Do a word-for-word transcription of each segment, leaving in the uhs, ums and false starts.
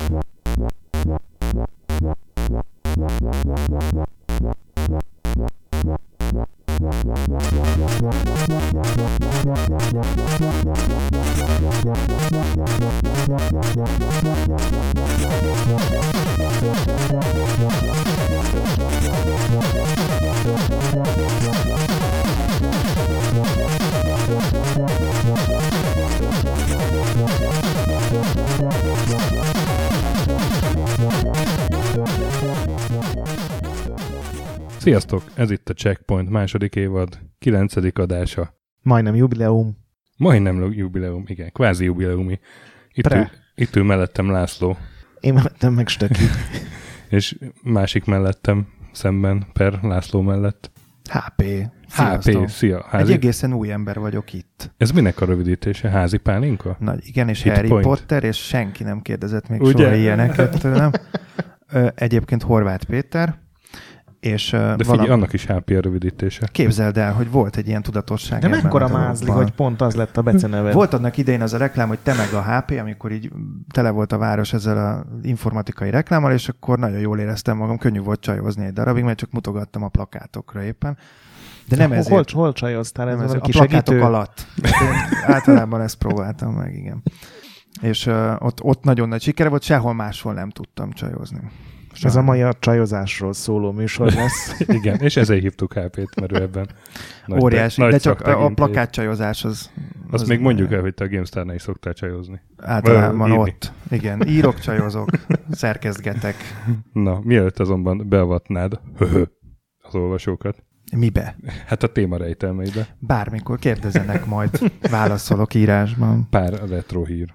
Sziasztok! Ez itt a Checkpoint második évad, kilencedik adása. Majdnem jubileum. Majdnem jubileum, igen, kvázi jubileumi. Itt, ül, itt ül mellettem László. Én mellettem meg Stöki. És másik mellettem szemben per László mellett. há pé. há pé, szia. Házi... Egy egészen új ember vagyok itt. Ez minek a rövidítése? Házi pálinka? Na igen, és Hit Harry point. Potter, és senki nem kérdezett még Ugye? soha ilyeneket tőlem. Egyébként Horváth Péter. És, De figyelj, valami... annak is há pé a rövidítése. Képzeld el, hogy volt egy ilyen tudatosság. De mekkora mázli, hogy pont az lett a beceneve. Volt annak idején az a reklám, hogy te meg a há pé, amikor így tele volt a város ezzel az informatikai reklámmal, és akkor nagyon jól éreztem magam, könnyű volt csajozni egy darabig, mert csak mutogattam a plakátokra éppen. De nem ezért. Hol, hol csajoztál ez a plakátok alatt. Általában ezt próbáltam meg, igen. És uh, ott, ott nagyon nagy sikere volt, sehol máshol nem tudtam csajozni. Ez a mai a csajozásról szóló műsor lesz. Igen, és ezért hívtuk há pét, mert ő ebben nagy óriási, be, de csak a, a plakátcsajozás az... Azt az még mondjuk el, hogy te a GameStar-nál is szoktál csajozni. Általában ott. Igen, írok, csajozok, szerkesztgetek. Na, mielőtt azonban beavatnád az olvasókat. Mibe? Hát a téma rejtelmeibe. Bármikor kérdezenek, majd válaszolok írásban. Pár retro hír.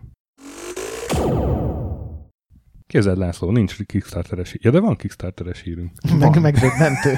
Képzeld, László, nincs Kickstarteres hír. Ja, de van Kickstarteres hírünk. Meg, megdöbbentő.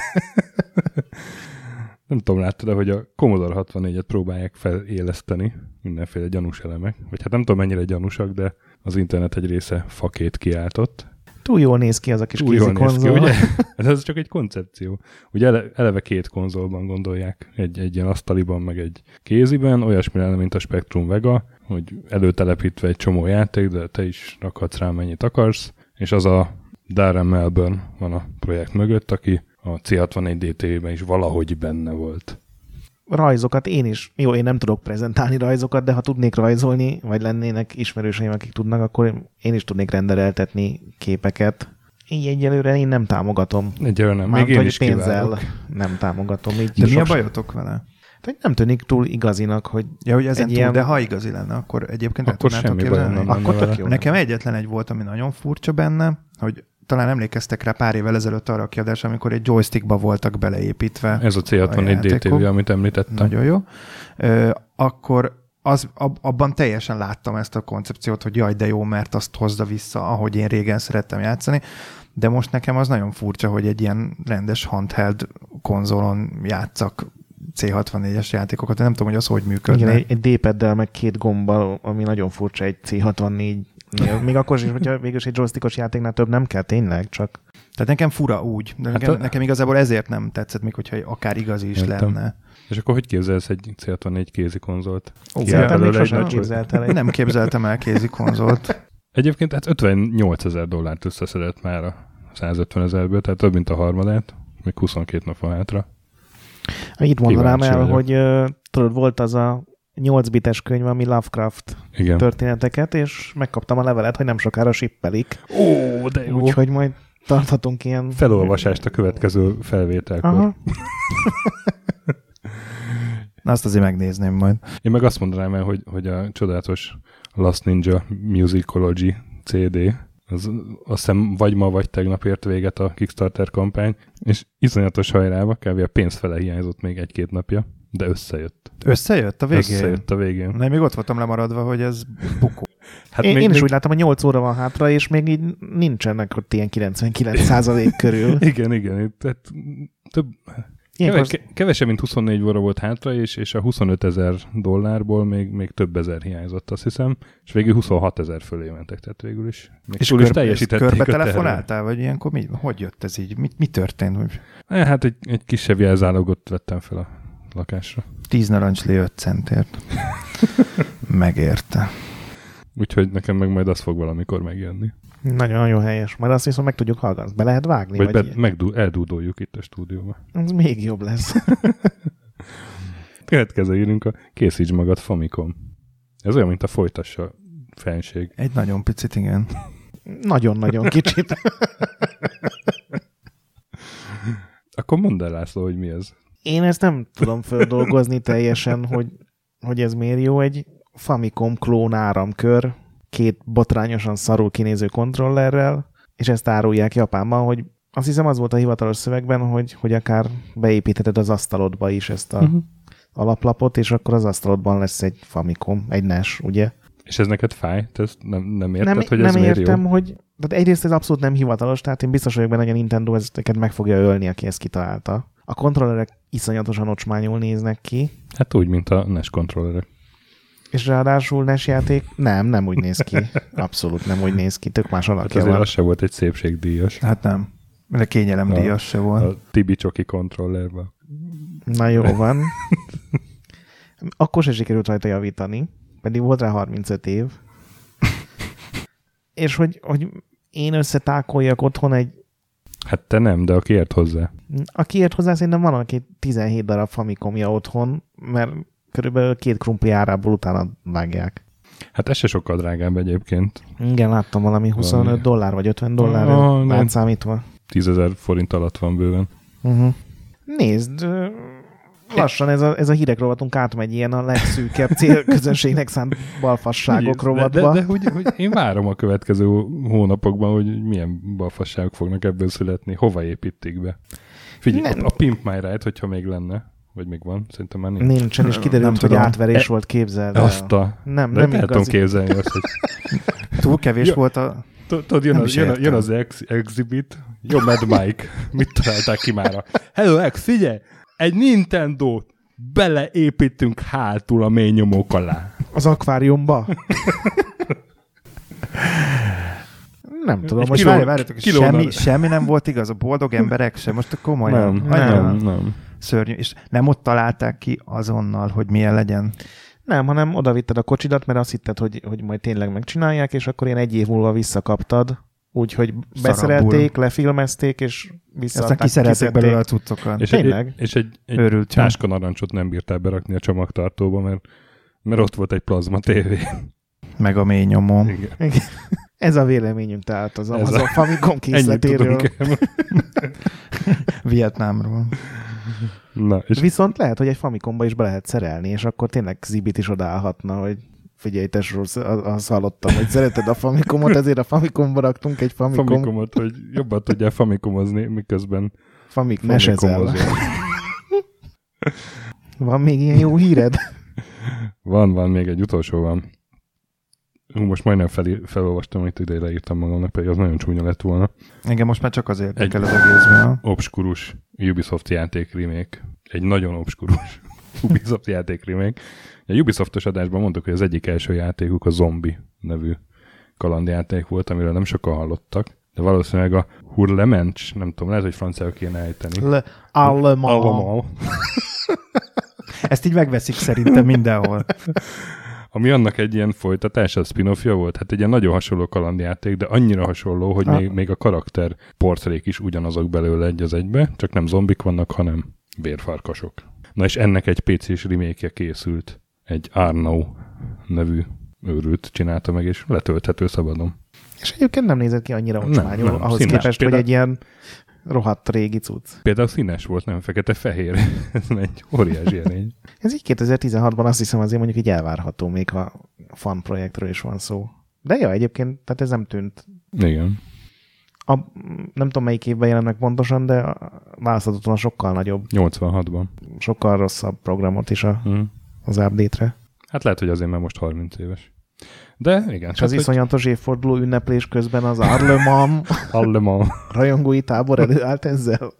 Nem tudom, láttad, hogy a Commodore hatvannégyet próbálják feléleszteni mindenféle gyanús elemek. Vagy hát nem tudom, mennyire gyanúsak, de az internet egy része fakét kiáltott. Túl jól néz ki az a kis Túl kézi konzol. Ki, ugye? Ez csak egy koncepció. Ugye ele, eleve két konzolban gondolják. Egy, egy ilyen asztaliban, meg egy kéziben. Olyasmi lenne, mint a Spectrum Vega, hogy előtelepítve egy csomó játék, de te is rakhatsz rá, mennyit akarsz. És az a Darren Melbourne van a projekt mögött, aki a cé hatvannégy dé té vében is valahogy benne volt. Rajzokat én is. Jó, én nem tudok prezentálni rajzokat, de ha tudnék rajzolni, vagy lennének ismerőseim, akik tudnak, akkor én is tudnék rendeltetni képeket. Így egyelőre én nem támogatom. Egyelőre nem. Már Még én is pénzzel kiválok. nem támogatom. Így de mi a sos... bajotok vele? Tehát nem tűnik túl igazinak, hogy ja, hogy ezen túl, ilyen... de ha igazi lenne, akkor egyébként akkor semmi baj nem akkor tök jó. Nekem egyetlen egy volt, ami nagyon furcsa benne, hogy talán emlékeztek rá pár évvel ezelőtt arra a kiadásra, amikor egy joystickba voltak beleépítve. Ez a cé hatvannégy dé té vé, amit említettem. Nagyon jó. Ö, akkor az, ab, abban teljesen láttam ezt a koncepciót, hogy jaj, de jó, mert azt hozza vissza, ahogy én régen szerettem játszani. De most nekem az nagyon furcsa, hogy egy ilyen rendes handheld konzolon játszak cé hatvannégyes játékokat. Én nem tudom, hogy az hogy működne. Igen, egy, egy D-paddel meg két gombbal, ami nagyon furcsa egy cé hatvannégy. Még akkor is, hogyha végül egy joystickos játéknál több nem kell, tényleg, csak... Tehát nekem fura úgy. De hát nekem, a... nekem igazából ezért nem tetszett, még hogyha akár igazi is Értem. lenne. És akkor hogy képzelsz egy cé hatvannégy kézi konzolt? Ó, szerintem még sosem képzeltem el. Nem képzeltem el kézi konzolt. Egyébként hát ötvennyolcezer dollárt összeszedett már a százötvenezerből, tehát több, mint a harmadát, még huszonkét nap van hátra. Itt mondanám el, vagyok. hogy uh, tudod, volt az a nyolc bites könyv, ami Lovecraft Igen. történeteket, és megkaptam a levelet, hogy nem sokára shippelik. Ó, de jó. Úgyhogy majd tarthatunk ilyen... Felolvasást a következő felvételkor. Aha. Na, azt azért megnézném majd. Én meg azt mondanám el, hogy, hogy a csodálatos Last Ninja Musicology cé dé, az, azt hiszem vagy ma, vagy tegnap ért véget a Kickstarter kampány, és iszonyatos hajrába, kb. A pénz fele hiányzott még egy-két napja, de összejött. Összejött a végén? Összejött a végén. Na, én még ott voltam lemaradva, hogy ez bukó. Hát én, még, én is még... úgy látom, hogy nyolc óra van hátra, és még így nincsenek ott ilyen kilencvenkilenc százalék körül. Igen, igen. Tehát több... Keves, kevesebb, mint huszonnégy óra volt hátra, és, és a huszonöt ezer dollárból még, még több ezer hiányzott, azt hiszem, és végül huszonhat ezer fölé mentek, tehát végül is. Még és túl kör, is teljesítették. Körbe telefonáltál, vagy ilyenkor mi, hogy jött ez így? Mi, mi történt? Hogy... Hát egy, egy kisebb jelzálogot vettem fel a lakásra. Tíz narancslé öt centért. Megérte. Úgyhogy nekem meg majd az fog valamikor megjönni. Nagyon-nagyon helyes. Majd azt viszont meg tudjuk hallgatni. Be lehet vágni? Vagy, vagy be, megdú, eldúdoljuk itt a stúdióba. Ez még jobb lesz. Következő írunk a készíts magad Famicom. Ez olyan, mint a folytassa fenség. Egy nagyon picit, igen. Nagyon-nagyon kicsit. Akkor mondd el, László, hogy mi ez. Én ezt nem tudom földolgozni teljesen, hogy, hogy ez miért jó. Egy Famicom klón áramkör, két botrányosan szarul kinéző kontrollerrel, és ezt árulják Japánban, hogy azt hiszem az volt a hivatalos szövegben, hogy, hogy akár beépítheted az asztalodba is ezt a uh-huh. alaplapot, és akkor az asztalodban lesz egy Famicom, egy en e es, ugye? És ez neked fáj? Te ezt nem, nem érted, nem, hogy ez nem miért értem, jó? hogy... Tehát egyrészt ez abszolút nem hivatalos, tehát én biztos vagyok benne, hogy a Nintendo ezeket meg fogja ölni, aki ezt kitalálta. A kontrollerek iszonyatosan ocsmányul néznek ki. Hát úgy, mint a en e es kontrollerek. És ráadásul en e es játék nem, nem úgy néz ki. Abszolút nem úgy néz ki, tök más Hát alakja azért van. az se volt egy szépségdíjas. Hát nem. De kényelemdíjas se volt. A Tibi Csoki kontrollerben. Na jó van. Akkor se sikerült rajta javítani, pedig volt rá harmincöt év. És hogy, hogy én összetákoljak otthon egy... Hát te nem, de aki ért hozzá. Aki ért hozzá, szerintem van, aki tizenhét darab Famicomja otthon, mert körülbelül két krumpli árából utána vágják. Hát ez se sokkal drágább egyébként. Igen, láttam valami huszonöt valami. dollár vagy ötven dollár ah, átszámítva. tízezer forint alatt van bőven. Uh-huh. Nézd, lassan ez a, ez a hírek rovatunk átmegy ilyen a legszűkebb célközönségnek szánt balfasságok rovatba. De, de, de hogy, hogy én várom a következő hónapokban, hogy milyen balfasságok fognak ebből születni. Hova építik be? Figyelj, nem. a Pimp My Ride, hogyha még lenne, vagy még van, szerintem már nincs. Nincsen, és kiderült, hogy tudom. átverés e, volt, képzeld el. Azt a... Nem, de nem el tudom képzelni azt, hogy... Túl kevés volt a... Tudod, jön, az, jön, jön az ex, exhibit. Jó, Mad Mike. Mit találták ki mára? Hello, ex, figyelj! Egy Nintendo-t beleépítünk hátul a mély nyomók alá. Az akváriumba? Nem tudom. Most várj, várjatok, semmi, semmi nem volt igaz, a boldog emberek sem. Most komolyan. Nem, nem, nem. Szörnyű. És nem ott találták ki azonnal, hogy milyen legyen? Nem, hanem oda vitted a kocsidat, mert azt hitted, hogy, hogy majd tényleg megcsinálják, és akkor én egy év múlva visszakaptad. Úgyhogy beszerelték, lefilmezték, és visszaadták. Aztán kiszerelték belőle a cuccokat. És tényleg? Egy, és egy, egy táskanarancsot nem bírtál berakni a csomagtartóba, mert, mert ott volt egy plazma tévé. Meg a mély nyomó. Igen. Igen. Ez a véleményünk tehát az Amazon Famicom készletéről. Vietnámról. Na, és viszont lehet, hogy egy Famicomba is be lehet szerelni, és akkor tényleg Zibit is odaállhatna, hogy figyelj, tesó, azt hallottam, hogy szereted a Famicomot, ezért a Famicomba raktunk egy Famicom... Famicomot, hogy jobban tudjál Famicomozni, miközben Famik Famicomozol. Van még ilyen jó híred? Van, van, még egy utolsó van. Hú, most majdnem fel, felolvastam, amit ide leírtam magamnak, pedig az nagyon csúnya lett volna. Igen, most már csak azért egy kell az egészben. Obskurus Ubisoft játék remake. Egy nagyon obskurus Ubisoft játék remake. A Ubisoftos adásban mondtuk, hogy az egyik első játékuk a Zombie nevű kalandjáték volt, amiről nem sokan hallottak, de valószínűleg a Hurlemensch, nem tudom, lehet, hogy franciául kéne ejteni. Le Allemand. Ezt így megveszik szerintem mindenhol. Ami annak egy ilyen folytatása, spin-offja volt, hát egy ilyen nagyon hasonló kalandjáték, de annyira hasonló, hogy még, még a karakter portrék is ugyanazok belőle egy az egybe, csak nem zombik vannak, hanem bérfarkasok. Na és ennek egy pé cés remake-je készült. Egy Arnaud nevű őrült csinálta meg, és letölthető szabadon. És egyébként nem nézett ki annyira ocsmányul, ahhoz színes. képest, Például... hogy egy ilyen rohadt régi cucc. Például színes volt, nem fekete-fehér. Ez egy óriási erény. Ez így kétezer-tizenhatban azt hiszem azért mondjuk így elvárható, még ha fan projektről is van szó. De ja, egyébként, tehát ez nem tűnt. Igen. A, nem tudom, melyik évben jelennek pontosan, de választhatóan sokkal nagyobb. nyolcvanhatban. Sokkal rosszabb programot is a, hmm. az update-re. Hát lehet, hogy azért már most harminc éves. De igen. És az hogy... iszonyatos évforduló ünneplés közben az Arlemam Arlemam rajongói tábor előállt ezzel.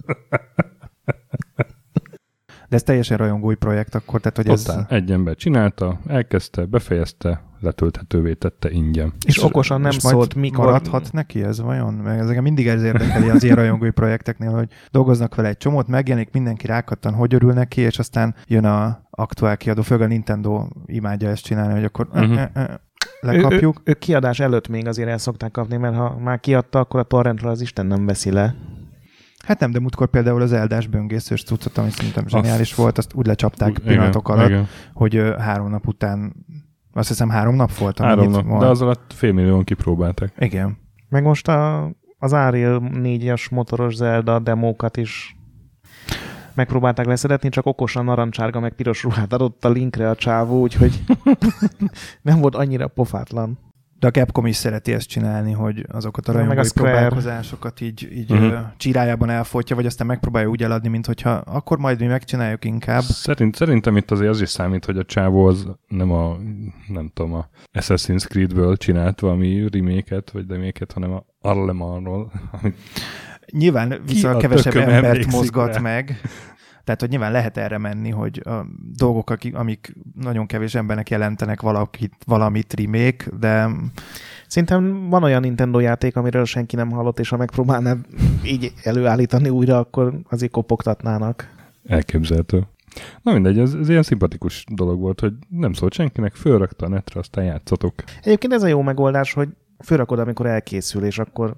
De ez teljesen rajongói projekt akkor, tehát hogy Totál. ez... Egy ember csinálta, elkezdte, befejezte, letölthetővé tette ingyen. És, és okosan nem szólt, mikor... Maradhat neki ez vajon? Meg ezek mindig ez érdekeli az ilyen rajongói projekteknél, hogy dolgoznak vele egy csomót, megjelenik, mindenki rákattan, hogy örül neki, és aztán jön a aktuál kiadó, főleg a Nintendo imádja ezt csinálni, hogy akkor... Uh-huh. Eh, eh, lekapjuk. Ő, ő, ő kiadás előtt még azért el szokták kapni, mert ha már kiadta, akkor a torrentről az Isten nem veszi le. Hát nem, de múltkor például az Eldás böngészős cuccot, ami szerintem zseniális azt volt, azt úgy lecsapták igen, pillanatok alatt, igen. hogy uh, három nap után, azt hiszem három nap volt. Három nap, van. De az alatt félmillióan kipróbálták. Igen. Meg most a, az Unreal négyes motoros Zelda demókat is megpróbálták leszedetni, csak okosan narancsárga meg piros ruhát adott a linkre a csávó, úgyhogy nem volt annyira pofátlan. De a Capcom is szereti ezt csinálni, hogy azokat a rajongói próbálkozásokat így, így uh-huh. csírájában elfolytja, vagy aztán megpróbálja úgy eladni, mint hogyha akkor majd mi megcsináljuk inkább. Szerint, szerintem itt azért az is számít, hogy a csávó az nem a, nem tudom, a Assassin's Creed-ből csinált valami remake-et, vagy remake-et, hanem a Arlemanról. Amit nyilván viszont kevesebb embert mozgat rá. meg. Tehát, hogy nyilván lehet erre menni, hogy a dolgok, amik nagyon kevés embernek jelentenek valakit, valamit remake, de... Szerintem van olyan Nintendo játék, amiről senki nem hallott, és ha megpróbálnád így előállítani újra, akkor azért kopogtatnának. Elképzelhető. Na mindegy, ez, ez ilyen szimpatikus dolog volt, hogy nem szólt senkinek, fölrakta a netre, aztán játszatok. Egyébként ez a jó megoldás, hogy fölrakod, amikor elkészül, és akkor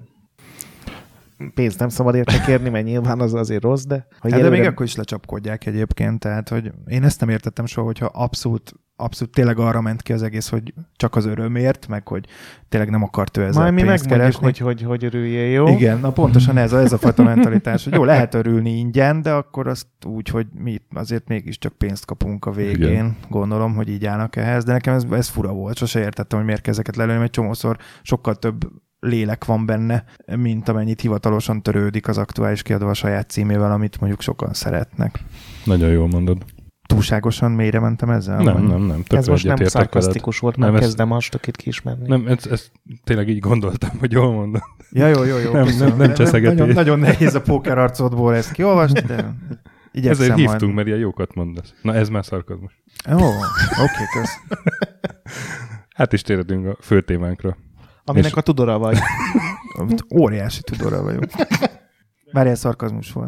pénzt nem szabad érte kérni, mert nyilván az azért rossz, de... Ha hát de még akkor is lecsapkodják egyébként, tehát hogy én ezt nem értettem soha, hogyha abszolút, abszolút tényleg arra ment ki az egész, hogy csak az örömért, meg hogy tényleg nem akart ő ezzel majd pénzt mi megmondjuk, keresni. hogy, hogy, hogy örüljél, jó? Igen, na pontosan ez a, ez a fajta mentalitás, hogy jó, lehet örülni ingyen, de akkor azt úgy, hogy mi azért mégiscsak pénzt kapunk a végén. Igen. Gondolom, hogy így állnak ehhez, de nekem ez, ez fura volt, sose értettem, hogy miért kell ezeket lelőni, mert csomószor sokkal több lélek van benne, mint amennyit hivatalosan törődik az aktuális kiadó a saját címével, amit mondjuk sokan szeretnek. Nagyon jól mondod. Túlságosan mélyre mentem ezzel? Nem, nem, nem. Ez most nem szarkasztikus volt, már kezdem a stökit kiismerni. Nem, ezt, ezt tényleg így gondoltam, hogy jól mondod. Ja, jó, jó, jó. Nem, nem, nem cseszegetés. Nagyon, nagyon nehéz a pókerarcodból ezt kiolvasni, de igyekszem ezért hívtunk, majd. mert ilyen jókat mondasz. Na ez már szarkazmus. Ó, oké, okay, kösz. Hát is térhetünk a fő témánkra. Aminek és... a tudora vagy. Óriási tudora vagyok. Már ilyen szarkazmus volt.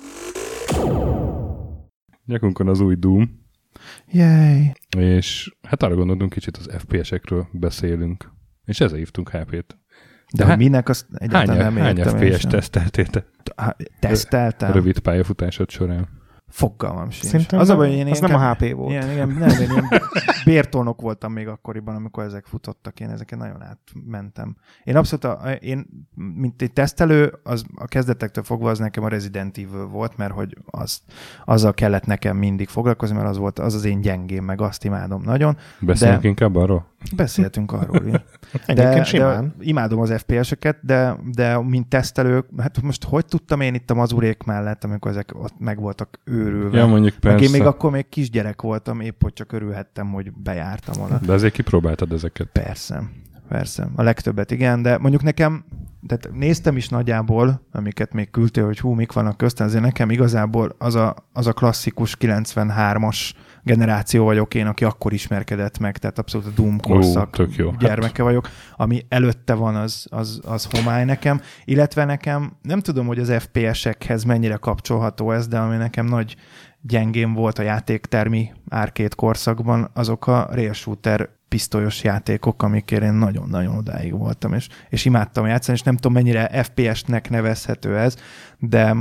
Nyakunkon az új Doom. Yay. És hát arra gondoltunk, kicsit az ef pé es-ekről beszélünk. És ezzel hívtunk há pét. De, De há... minek azt egyáltalán hány, nem hány értem. ef pé es teszteltél te? Teszteltem? Rövid pályafutásod során. Fogalmam sincs. Szerintem az nem, a baj, én az nem a há pé volt. Ilyen, ilyen, nem, én ilyen bértolnok voltam még akkoriban, amikor ezek futottak. Én ezeken nagyon átmentem. Én abszolút, a, én, mint egy tesztelő, az a kezdetektől fogva az nekem a Resident Evil volt, mert hogy az, azzal kellett nekem mindig foglalkozni, mert az volt az az én gyengém, meg azt imádom nagyon. Beszélünk de, inkább arról? Beszéltünk arról is. De, de imádom az ef pé es-eket, de, de mint tesztelők, hát most hogy tudtam én itt a mazurék mellett, amikor ezek ott meg voltak őrülve. Ja, mondjuk persze. Én még akkor még kisgyerek voltam, épp hogy csak örülhettem, hogy bejártam oda. De azért kipróbáltad ezeket. Persze, persze. A legtöbbet igen, de mondjuk nekem, tehát néztem is nagyjából, amiket még küldtél, hogy hú, mik vannak közten, azért nekem igazából az a, az a klasszikus kilencvenhármas generáció vagyok én, aki akkor ismerkedett meg, tehát abszolút a Doom korszak Ó, jó. gyermeke hát... vagyok. Ami előtte van, az, az, az homály nekem, illetve nekem, nem tudom, hogy az ef pé es-ekhez mennyire kapcsolható ez, de ami nekem nagy gyengém volt a játéktermi árkét korszakban, azok a rail shooter pisztolyos játékok, amikért én nagyon-nagyon odáig voltam, és, és imádtam játszani, és nem tudom, mennyire ef pé es-nek nevezhető ez, de,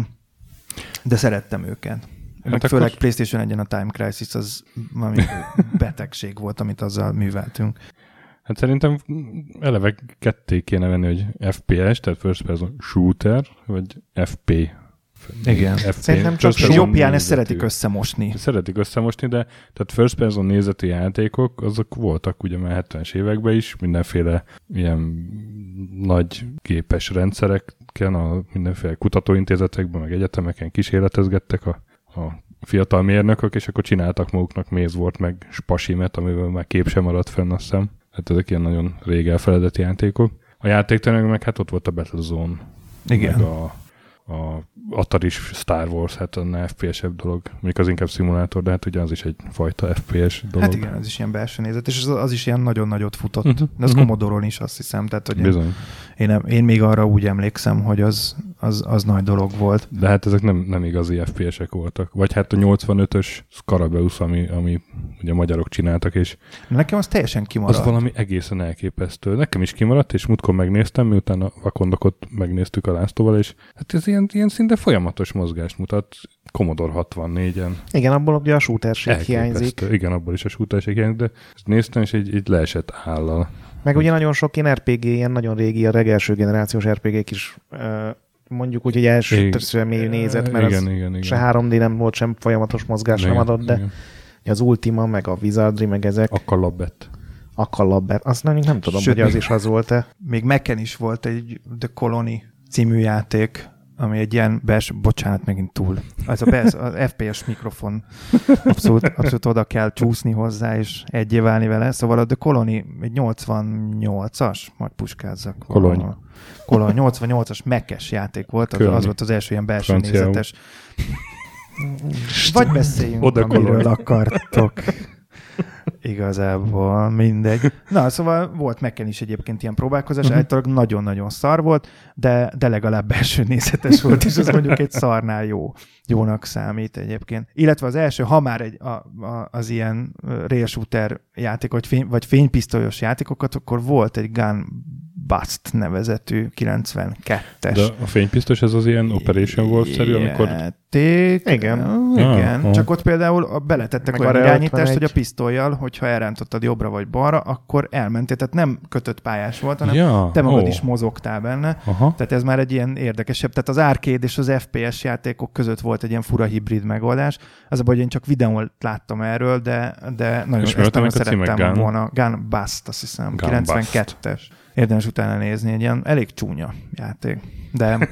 de szerettem őket. Hát akkor... Főleg PlayStation egyen a Time Crisis az valami betegség volt, amit azzal műveltünk. Hát szerintem eleve ketté kéne venni, hogy ef pé es, tehát First Person Shooter, vagy ef pé. Igen. ef pé. Szerintem csak jobbján ezt szeretik összemosni. Szeretik összemosni, de tehát First Person nézetű játékok, azok voltak ugye már hetvenes években is, mindenféle ilyen nagy gépes rendszereken, a mindenféle kutatóintézetekben, meg egyetemeken kísérletezgettek a a fiatal mérnökök, és akkor csináltak maguknak Mazewort, meg Spasimet, amiből már kép sem maradt fenn, azt hiszem. Hát ezek ilyen nagyon rég elfeledett játékok. A játéktermek meg hát ott volt a Battlezone. Igen. Meg a, a Atari-s Star Wars, hát a ef pé es-ebb dolog. Még az inkább szimulátor, de hát ugye az is egy fajta ef pé es dolog. Hát igen, az is ilyen belső nézet, és az, az is ilyen nagyon nagyot futott. Uh-huh. De az uh-huh. Commodore-on is, azt hiszem. Tehát, hogy én, én, én még arra úgy emlékszem, hogy az, az, az nagy dolog volt. De hát ezek nem, nem igazi ef pé esek voltak. Vagy hát a nyolcvanötös Scarabeus, ami, ami ugye a magyarok csináltak, és nekem az teljesen kimaradt. az valami egészen elképesztő. Nekem is kimaradt, és múltkor megnéztem, miután a vakondokot megnéztük a Lászlóval, és hát ez ilyen, ilyen szinte folyamatos mozgást mutat. Commodore hatvannégyen. Igen, abból ugye a shooterség hiányzik. Igen, abból is a shooterség hiányzik, de ezt néztem, és így, így leesett állal. Meg ugye nagyon sok ilyen er pé gé, ilyen nagyon régi, a legelső generációs er pé gék is mondjuk úgy, hogy első mély nézet, mert igen, az igen, igen. se három dé nem volt, sem folyamatos mozgás igen, nem adott, de igen. az Ultima, meg a Wizardry, meg ezek. A Kalabet. A Kalabet. Azt nem, nem tudom, Sőt, hogy az is az volt-e. Még Mac-en is volt egy The Colony című játék, ami egy ilyen belső, bocsánat, megint túl. Ez a belső, az ef pé es mikrofon. Abszolút, abszolút oda kell csúszni hozzá, és egyé válni vele. Szóval a The Colony egy nyolcvannyolcas, majd puskázzak. Kolony. Kolony, nyolcvannyolcas Mac-es játék volt, az, az volt az első ilyen belső Franciául. nézetes. Vagy beszéljünk, Oda amiről Kolony. akartok. Igazából mindegy. Na, szóval volt Mac-en is egyébként ilyen próbálkozás, uh-huh. általában nagyon-nagyon szar volt, de, de legalább belső nézetes volt, és az mondjuk egy szarnál jó. Jónak számít egyébként. Illetve az első, ha már egy, a, a, az ilyen rail shooter játék, vagy, fény, vagy fénypisztolyos játékokat, akkor volt egy Gun Bust nevezetű kilencvenkettes. De a fénypisztos, ez az ilyen Operation Wolf-szerű, amikor... Játék. Igen. Igen. Ah, Csak ott például beletettek meg olyan a irányítást, ötvenegy. hogy a pisztollyal, hogyha elrántottad jobbra vagy balra, akkor elmentél. Tehát nem kötött pályás volt, hanem Ja, te magad ó. is mozogtál benne. Aha. Tehát ez már egy ilyen érdekesebb. Tehát az arcade és az ef pé es játékok között volt egy ilyen fura hibrid megoldás. Az a baj, hogy én csak videót láttam erről, de, de nagyon, És ezt nagyon a címe szerettem Gun? volna. Gun Bust, azt hiszem, Gun kilencvenkettes. Érdemes utána nézni, egy ilyen elég csúnya játék. De,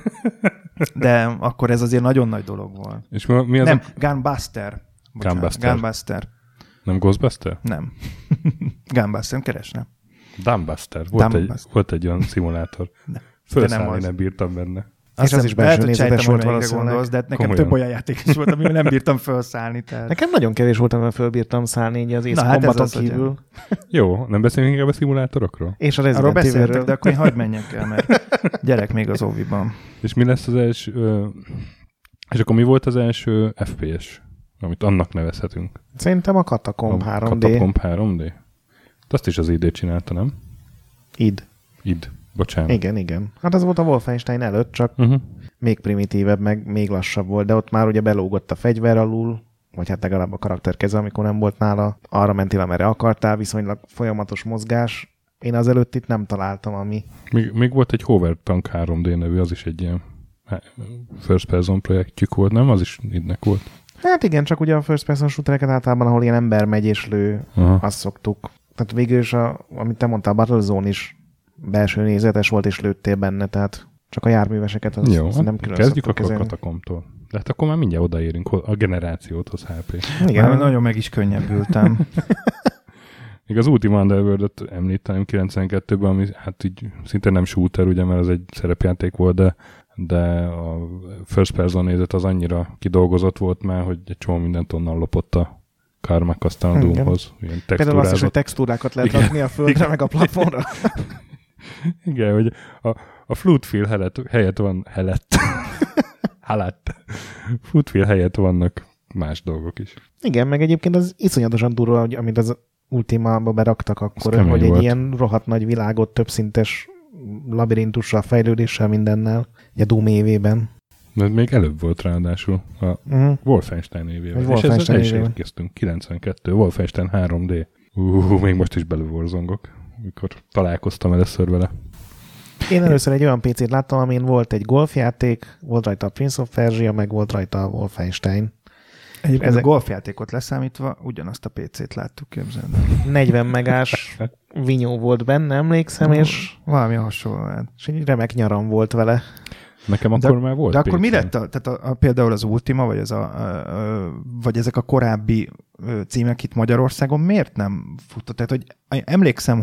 de akkor ez azért nagyon nagy dolog volt. És mi, mi az Nem, a... Gunbuster. Bocsánat, Gunbuster. Gunbuster. Nem Ghostbuster? Nem. Gunbuster, keresnem. Dumbuster. Volt, Dumbuster. Egy, volt egy olyan szimulátor. nem Felszállni az. nem bírtam benne. És az is belső nézetes volt valószínűleg. Gondolsz, de nekem Komolyan. több olyan játék is volt, amivel nem bírtam felszállni. Tehát. Nekem nagyon kevés volt, amivel fölbírtam szállni így az Ace Na, hát ez Combaton az, hogy- kívül. Jó, nem beszélünk inkább a szimulátorokról? És a Arról Resident beszéltek, Evilről. de akkor én hagyd menjek el, mert gyerek még az óviban. És mi lesz az első... Ö... És akkor mi volt az első ef pé es, amit annak nevezhetünk? Szerintem a Catacomb A három dé. Catacomb három dé? De azt is az idé csinálta, nem? Id. Id. Bocsánat. Igen, igen. Hát az volt a Wolfenstein előtt, csak Uh-huh. még primitívebb, meg még lassabb volt, de ott már ugye belógott a fegyver alul, vagy hát legalább a karakter keze, amikor nem volt nála. Arra mentél, amerre akartál, viszonylag folyamatos mozgás. Én az előtt itt nem találtam, ami... Még, még volt egy Hover Tank három dé nevű, az is egy ilyen first person projektjük volt, nem? Az is idnek volt. Hát igen, csak ugye a first person shootereket általában, ahol ilyen ember megy és lő, Aha. azt szoktuk. Tehát végül is, a, amit te mondtál, Battlezone is belső nézetes volt, és lőttél benne, tehát csak a járműveseket az, Jó, az nem külön kezdjük szoktuk akkor a kezelni. Katakombtól. De hát akkor már mindjárt odaérünk a generációthoz há pé. Igen, Már nagyon meg is könnyebbültem. Még az Ultima Underworld-öt említeném kilencvenkettőben, ami hát így szinte nem shooter, ugye, mert az egy szerepjáték volt, de, de a first person nézet az annyira kidolgozott volt már, hogy egy csomó mindent onnan lopott a Carmack aztán a Igen. Doomhoz. Ilyen például azt is, hogy texturázott. textúrákat lehet Igen. rakni a földre, meg a plafonra. Igen, hogy a, a Floodfield helyett, helyett van helyett. Halett. Floodfield helyett vannak más dolgok is. Igen, meg egyébként az iszonyatosan durva, hogy amit az Ultimába beraktak akkor, kemény hogy egy volt. ilyen rohadt nagy világot, többszintes labirintussal, fejlődéssel, mindennel, ugye Doom évében. De még előbb volt ráadásul a Uh-huh. Wolfenstein évében. Egy És ezzel Wolfenstein el is évében. érkeztünk. kilencvenkettő Wolfenstein három dé. Uh, még most is belővorzongok, mikor találkoztam először vele. Én először egy olyan pé cét láttam, amin volt egy golfjáték, volt rajta a Prince of Persia, meg volt rajta a Wolfenstein. Egyébként Ezek- a golfjátékot leszámítva ugyanazt a pé cét láttuk, képzeld. negyven megás vinyó volt benne, emlékszem, és, Valami hasonló. és egy remek nyaram volt vele. Nekem De- akkor már volt De akkor mi pé cém. lett a, tehát a, a, például az Ultima, vagy, az a, a, a, vagy ezek a korábbi ö, címek itt Magyarországon miért nem futott? Tehát, hogy emlékszem, hogy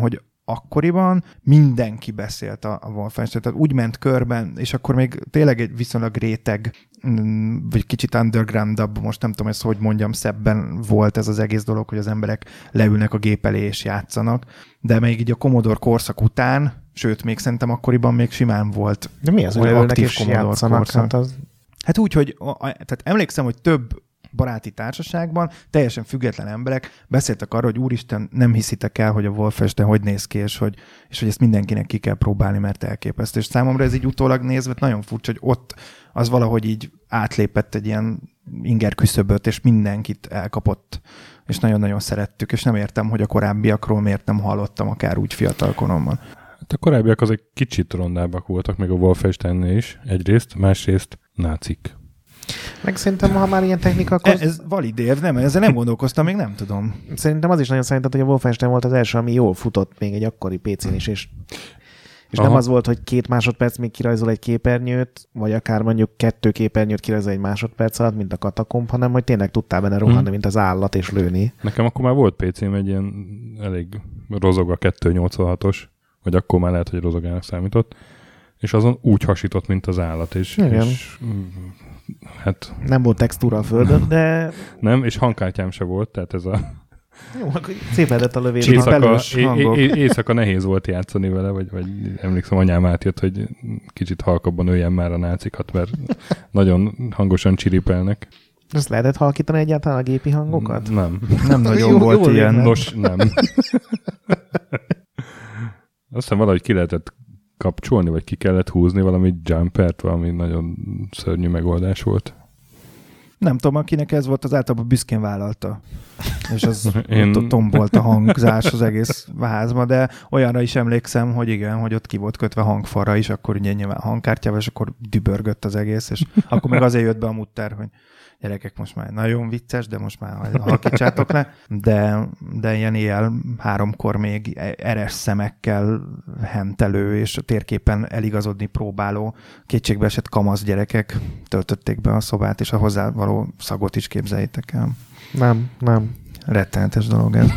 akkoriban mindenki beszélt a, a Wolfenstein, tehát úgy ment körben, és akkor még tényleg egy viszonylag réteg, vagy kicsit undergroundabb, most nem tudom ezt, hogy mondjam, szebben volt ez az egész dolog, hogy az emberek leülnek a gép elé és játszanak, de még így a Commodore korszak után, sőt, még szerintem akkoriban még simán volt. De mi az, hogy leülnek és játszanak? Hát, az... hát úgy, hogy a, a, tehát emlékszem, hogy több baráti társaságban teljesen független emberek beszéltek arról, hogy úristen, nem hiszitek el, hogy a Wolfenstein hogy néz ki, és hogy, és hogy ezt mindenkinek ki kell próbálni, mert elképesztő. És számomra ez így utólag nézve nagyon furcsa, hogy ott az valahogy így átlépett egy ilyen inger küszöböt, és mindenkit elkapott, és nagyon-nagyon szerettük, és nem értem, hogy a korábbiakról miért nem hallottam, akár úgy fiatal koromban. Hát a korábbiak azok kicsit rondábbak voltak, még a Wolfensteinnél is, egyrészt, másrészt nácik. Meg szerintem, ha már ilyen technika, akkor... Ez, ez valid érv, nem, ezzel nem gondolkoztam, még nem tudom. Szerintem az is nagyon számított, hogy a Wolfenstein volt az első, ami jól futott még egy akkori pé cén is, és, és nem az volt, hogy két másodperc még kirajzol egy képernyőt, vagy akár mondjuk kettő képernyőt kirajzol egy másodperc alatt, mint a katakomb, hanem hogy tényleg tudtál benne rohanni, hmm. mint az állat, és lőni. Nekem akkor már volt pé cém egy ilyen elég rozog a kettőszáznyolcvanhatos, vagy akkor már lehet, hogy rozogának számított, és azon úgy hasított, mint az állat, és, és hát... Nem volt textúra a földön, de... Nem, és hangkártyám se volt, tehát ez a... Jó, akkor szép lehetett a lövés. Éjszaka, é- é- éjszaka nehéz volt játszani vele, vagy, vagy emlékszem, anyám átjött, hogy kicsit halkabban öljen már a nácikat, mert nagyon hangosan csiripelnek. Ezt lehetett halkítani egyáltalán a gépi hangokat? Nem. Nem nagyon jó, volt jó, ilyen. Nos, nem. Aztán valahogy ki lehetett kapcsolni, vagy ki kellett húzni valami jumpert, valami nagyon szörnyű megoldás volt. Nem tudom, akinek ez volt, az általában büszkén vállalta. És az Én... tombolt a hangzás az egész házba, de olyanra is emlékszem, hogy igen, hogy ott ki volt kötve hangfalra is, akkor ugye nyilván hangkártyával, és akkor dübörgött az egész, és akkor meg azért jött be a mutter, hogy gyerekek, most már nagyon vicces, de most már halkítsátok le, de, de ilyen éjjel háromkor még eres szemekkel hentelő és a térképen eligazodni próbáló kétségbeesett kamasz gyerekek töltötték be a szobát, és a hozzá való szagot is képzeljétek el. Nem, nem. Rettenetes dolog ez.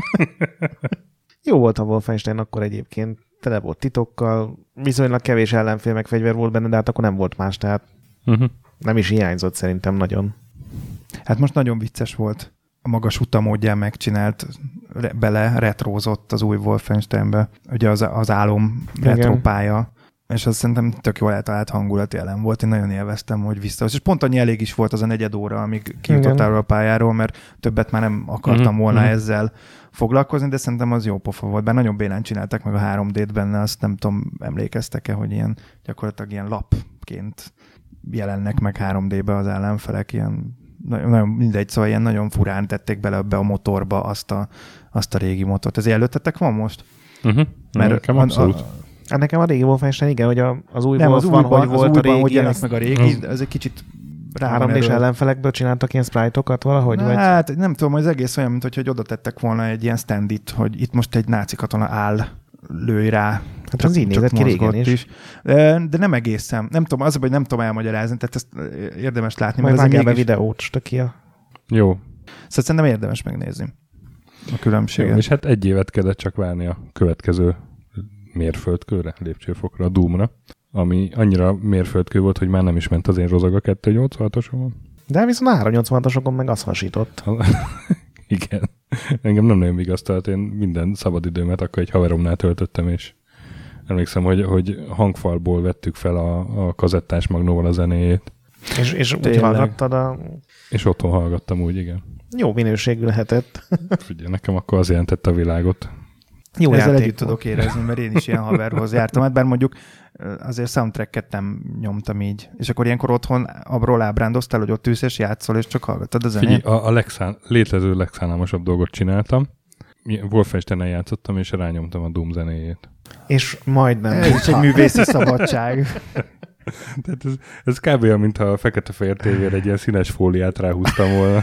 Jó volt a Wolfenstein akkor egyébként, tele volt titokkal, viszonylag kevés ellenfél meg fegyver volt benne, de hát akkor nem volt más, tehát uh-huh. nem is hiányzott szerintem nagyon. Hát most nagyon vicces volt. A magas utamódján megcsinált, bele retrózott az új Wolfensteinbe. Ugye az, az álom retrópálya, és az szerintem tök jól eltalált hangulat jelen volt. Én nagyon élveztem, hogy vissza. És pont annyi elég is volt az a negyed óra, amíg kijutottál a pályáról, mert többet már nem akartam mm-hmm. volna ezzel foglalkozni, de szerintem az jó pofa volt. Bár nagyon bénán csinálták meg a három dét benne, azt nem tudom, emlékeztek-e, hogy ilyen gyakorlatilag ilyen lapként jelennek meg három dé-be az ellenfelek, ilyen nagyon mindegy, szóval ilyen nagyon furán tették bele be a motorba azt a, azt a régi motort. Ez előttetek van most? Uh-huh. Mert nekem a, abszolút. A, a, nekem a régi Wolfenstein, igen, hogy a, az új nem, Wolf az van, újban, hogy volt az a régi. Hogy jelent meg a régi, az, ez egy kicsit három dés ellenfelekből csináltak ilyen sprite-okat valahogy? Na, vagy? Hát nem tudom, az egész olyan, mint hogy oda tettek volna egy ilyen standit, hogy itt most egy náci katona áll, lőj rá. Hát az így nézett ki régen is. is. De, de nem egészen. Nem tudom, az, hogy nem tudom elmagyarázni, tehát ezt érdemes látni. Majd vágjál be mégis... videót, stökia. Jó. Szóval szerintem érdemes megnézni a különbséget. Jó, és hát egy évet kellett csak várni a következő mérföldkőre, lépcsőfokra, a Doom-ra, ami annyira mérföldkő volt, hogy már nem is ment az én rozog a kettőszáznyolcvanhatosomon. De viszont a háromszáznyolcvanhatosokon meg az hasított. Igen. Engem nem nagyon vigasztalt, én minden szabadidőmet akkor egy haveromnál töltöttem, és emlékszem, hogy, hogy hangfalból vettük fel a, a kazettás magnóval a zenéjét. És, és úgy hallgattad a... És otthon hallgattam úgy, igen. Jó minőségű lehetett. Figyelj, nekem akkor az jelentette a világot. Jó, ezzel együtt tudok érezni, mert én is ilyen haverhoz jártam, hát bár mondjuk azért soundtracket nem nyomtam így. És akkor ilyenkor otthon abról ábrándoztál, hogy ott ülsz és játszol, és csak hallgattad a zenét. Figyelj, a, a legszán, létező legszánalmasabb dolgot csináltam. Wolfensteinen játszottam, és rányomtam a Doom zenéjét. És majdnem. Ez is egy művészi szabadság. Tehát ez, ez kb. Olyan, mintha a fekete-fehér tévére egy ilyen színes fóliát ráhúztam volna.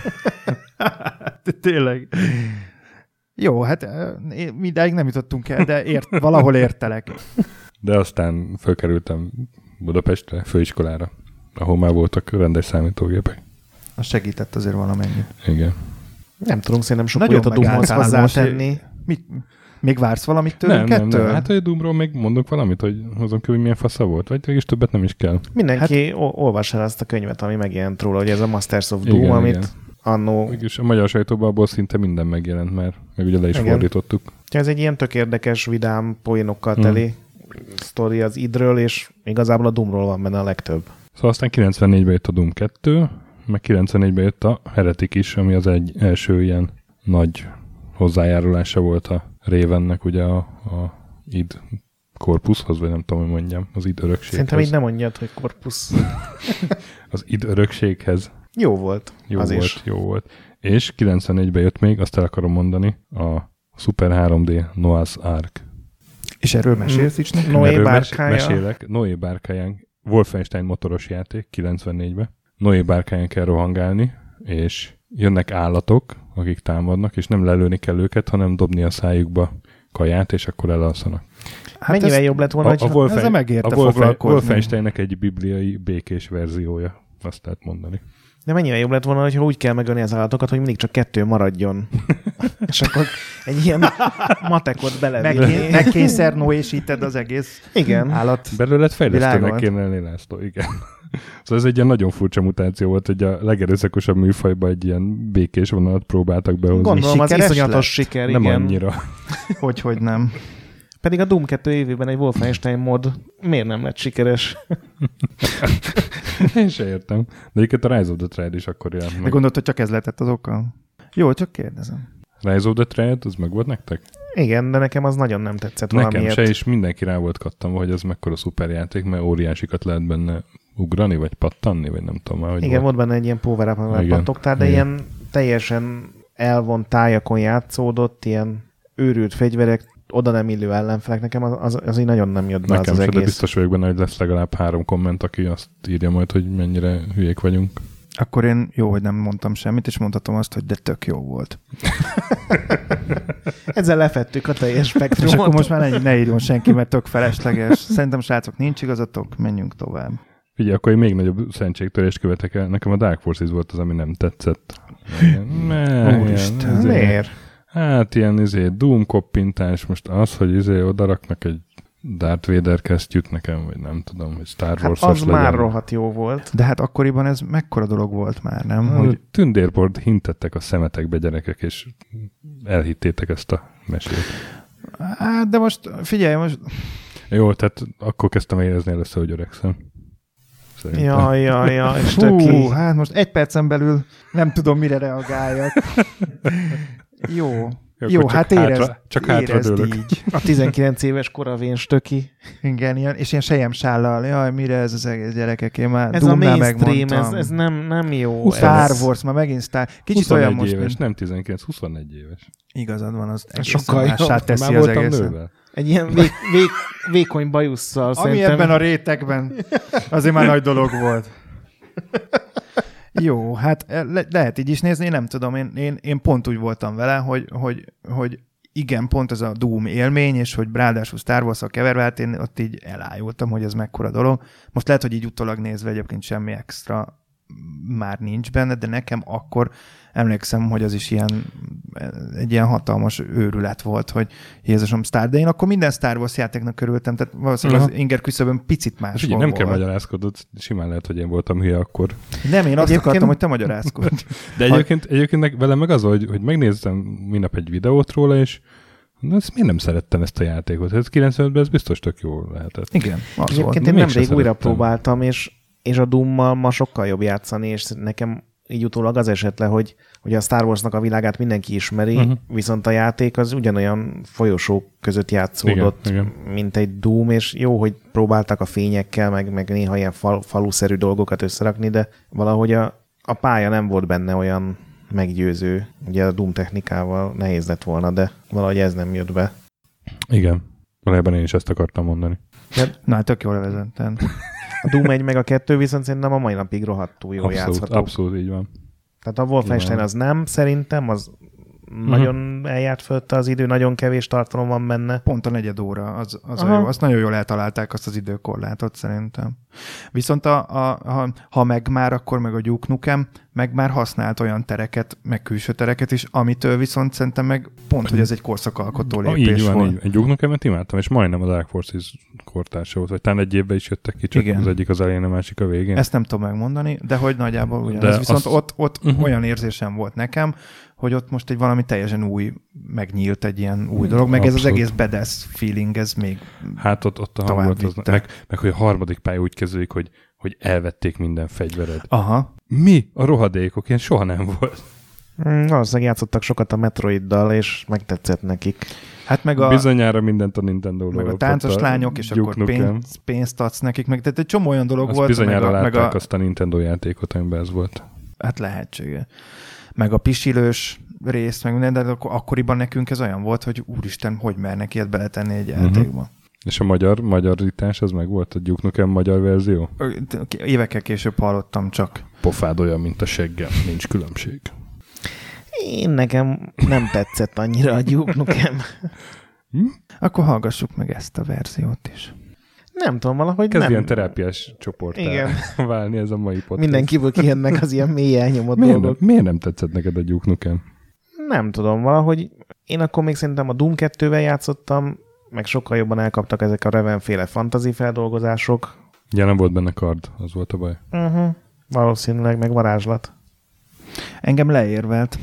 De tényleg. Jó, hát mindáig nem jutottunk el, de ért, valahol értelek. De aztán fölkerültem Budapestre, főiskolára, ahol már voltak rendes számítógépek. Az segített azért valamennyi. Igen. Nem tudunk szerintem sok olyat a Doomhoz hozzátenni. Mit? Még vársz valamit tőlünk nem, nem, ettől? nem. Hát, hogy a Doomról még mondok valamit, hogy azon kívül milyen fasza volt, vagy mégis többet nem is kell. Mindenki hát, olvas el azt a könyvet, ami megjelent róla, hogy ez a Masters of Doom, igen, amit igen. annó... Mégis a magyar sajtóban abból szinte minden megjelent már, meg ugye le is igen. fordítottuk. Ez egy ilyen tök érdekes, vidám, poénokkal teli hmm. sztori az idről, és igazából a Doomról van benne a legtöbb. Szóval aztán kilencvennégyben jött a Doom kettő, meg kilencvennégyben jött a Heretic is, ami az egy első ilyen nagy hozzájárulása volt a Ravennek, ugye a, a id korpuszhoz, vagy nem tudom, hogy mondjam, az id örökséghez. Szerintem így nem mondjad, hogy korpusz. Az id örökséghez. Jó volt. Jó az volt, is. jó volt. És kilencvennégyben jött még, azt el akarom mondani, a Super három dé Noah's Ark. És erről mesélsz is nekünk? Noé erről bárkája. Mesélek. Noé bárkáján, Wolfenstein motoros játék, kilencvennégyben. Noé bárkáján kell rohangálni, és jönnek állatok, akik támadnak, és nem lelőni kell őket, hanem dobni a szájukba kaját, és akkor elalszanak. Hát mennyivel jobb lett volna, a, hogy a Wolfen, ez a megérte a Wolfen, foglalkozni. Wolfensteinnek egy bibliai békés verziója, azt lehet mondani. De mennyivel jobb lett volna, hogyha úgy kell megölni az állatokat, hogy mindig csak kettő maradjon. És akkor egy ilyen matekot belevinni. Megkényszer noésíted az egész igen. állat. Belőled fejlesztőnek világot. kéne lenni, László, igen. Szóval ez egy ilyen nagyon furcsa mutáció volt, hogy a legerőszakosabb műfajban egy ilyen békés vonalat próbáltak behozni. Gondolom, az Sikeres iszonyatos lett? siker, Nem igen. annyira. Hogy, hogy nem. Pedig a Doom kettő évében egy Wolfenstein mod miért nem lett sikeres? Én se értem. De egyébként a Rise of the Triad is akkor jelent De meg. gondolod, hogy csak ez lehetett az oka? Jó, csak kérdezem. Rise of the Triad, az meg volt nektek? Igen, de nekem az nagyon nem tetszett Nekem valamiért. se, és mindenki rá volt kattanva, hogy ez mekkora szuperjáték, mert óriásikat lehet benne ugrani, vagy pattanni, vagy nem tudom már, hogy Igen, volt benne egy ilyen power up, amivel Igen. pattogtál, de Igen. ilyen teljesen elvont tájakon játszódott, ilyen őrült fegyverek, oda nem illő ellenfelek, nekem az, az, az így nagyon nem jött be Nekem az, az se, de egész. biztos vagyok benne, hogy lesz legalább három komment, aki azt írja majd, hogy mennyire hülyék vagyunk. Akkor én jó, hogy nem mondtam semmit, és mondhatom azt, hogy de tök jó volt. Ezzel lefettük a teljes És spektrumot. akkor most már ne, ne írjon senki, mert tök felesleges. Szerintem, srácok, nincs igazatok, menjünk tovább. Ugye, akkor én még nagyobb szentségtörést követek el. Nekem a Dark Forces volt az, ami nem tetszett. Úristen, miért? Hát ilyen izé, Doom koppintás, most az, hogy izé odaraknak egy Darth Vader kesztyűt nekem, vagy nem tudom, hogy Star Hát Wars-os az legyen. már rohadt jó volt. De hát akkoriban ez mekkora dolog volt már, nem? Hogy... Hogy... Tündérport hintettek a szemetekbe, gyerekek, és elhittétek ezt a mesét. Hát, de most figyelj, most... Jó, tehát akkor kezdtem érezni először, hogy öregszem. Szerintem. Jaj, jaj, jaj, és Hú, töki. hát most egy percen belül nem tudom, mire reagáljak. Jó. Jó, Jó, csak hát érezd, hátra, csak hátra érezd dőlök. így. A tizenkilenc éves koravén stöki. Igen, ilyen, és ilyen selyemsállal, jaj, mire ez az egész gyerekek, én már Ez a Doomnál mainstream, megmondtam. ez, ez nem, nem jó. Star ez. Wars, már megint Star... Kicsit olyan huszonegy most, éves, mint... nem tizenkilenc, huszonegy éves. Igazad van, az egész sokkal mássá jobb. teszi Már az voltam egészet. nővel. Egy ilyen vék, vék, vékony bajusszal Ami szerintem. ebben a rétegben azért már nagy dolog volt. Jó, hát le- lehet így is nézni, én nem tudom, én, én, én pont úgy voltam vele, hogy, hogy, hogy igen, pont ez a Doom élmény, és hogy ráadásul Star Wars-szal keverve, hát én ott így elájultam, hogy ez mekkora dolog. Most lehet, hogy így utólag nézve egyébként semmi extra már nincs benne, de nekem akkor emlékszem, hogy az is ilyen, egy ilyen hatalmas őrület volt, hogy Jézusom Star, de én akkor minden Star Wars játéknak örültem, tehát valószínűleg Aha. az inger küszöbön picit más És ugye nem kell magyarázkodod, simán lehet, hogy én voltam hülye akkor. Nem, én azt Egyébként- akartam, hogy te magyarázkodj. De egyébként, egyébként meg- velem meg az, hogy, hogy megnéztem minap egy videót róla, és na, ezt miért nem szerettem ezt a játékot? Ez kilencvenötben ez biztos tök jó lehetett. Igen, az Egyébként volt. én Mégse nemrég újra szerettem. próbáltam, és, és a Doommal ma sokkal jobb játszani, és nekem így utólag az esett le, hogy, hogy a Star Warsnak a világát mindenki ismeri, Uh-huh. viszont a játék az ugyanolyan folyosók között játszódott, Igen, mint egy Doom, és jó, hogy próbáltak a fényekkel, meg, meg néha ilyen fal, faluszerű dolgokat összerakni, de valahogy a, a pálya nem volt benne olyan meggyőző. Ugye a Doom technikával nehéz lett volna, de valahogy ez nem jött be. Igen. Valójában én is ezt akartam mondani. Na, tök jól levezetten. A Doom egy meg a kettő viszont szerintem a mai napig rohadtul jó Abszolút, játszható. abszolút így van. Tehát a Wolfenstein Igen. az nem, szerintem, az Mhm. nagyon eljárt fölötte az idő, nagyon kevés tartalom van benne. Pont a negyed óra, az, az a Aha. jó. Azt nagyon jól eltalálták, azt az időkorlátot szerintem. Viszont a, a, a, ha meg már, akkor meg a Duke Nukem meg már használt olyan tereket, meg külső tereket is, amitől viszont szerintem meg pont, hogy ez egy korszakalkotó lépés így van, volt. így. Egy Duke Nukemet imádtam, és majdnem a Dark Forces kortársa volt, vagy talán egy évben is jöttek ki, csak igen. Az egyik az elején, a másik a végén. Ezt nem tudom megmondani, de hogy nagyjából ugyanaz. De viszont azt... ott, ott uh-huh. olyan érzésem volt nekem, hogy ott most egy valami teljesen új, megnyílt egy ilyen új dolog, meg Abszolút. Ez az egész badass feeling, ez még hát ott, ott a hangulat, az, meg, meg hogy a harmadik pálya úgy kezdődik, hogy, hogy elvették minden fegyvered. Aha. Mi? A rohadékok? Ilyen soha nem volt. Mm, valószínűleg játszottak sokat a Metroiddal, és megtetszett nekik. Hát meg a, bizonyára mindent a Nintendo-ról. Meg a táncos a lányok, és akkor pénz, pénzt adsz nekik, meg tehát egy csomó olyan dolog azt volt. Bizonyára meg a, látták meg a, azt a Nintendo játékot, amiben ez volt. Hát lehetséges. Meg a pisilős rész, meg minden, de akkor, akkoriban nekünk ez olyan volt, hogy úristen, hogy mernek ilyet beletenni egy uh-huh. játékba. És a magyar, magyarítás az meg volt? A Duke Nukem magyar verzió? Évekkel később hallottam csak. Pofád olyan, mint a seggem, nincs különbség. Én nekem nem tetszett annyira a Duke Nukem. Hm? Akkor hallgassuk meg ezt a verziót is. Nem tudom, valahogy Kezd nem. ilyen terápiás csoporttá válni ez a mai podcast. Mindenkiből kijönnek az ilyen mély elnyomott miért dolgok. Nem, miért nem tetszett neked a Duke Nukem? Nem tudom, valahogy én akkor még szerintem a Doom kettővel játszottam, meg sokkal jobban elkaptak ezek a Raven-féle fantasy feldolgozások. Ja, nem volt benne kard, az volt a baj. Uh-huh. Valószínűleg, meg varázslat. Engem leérvelt.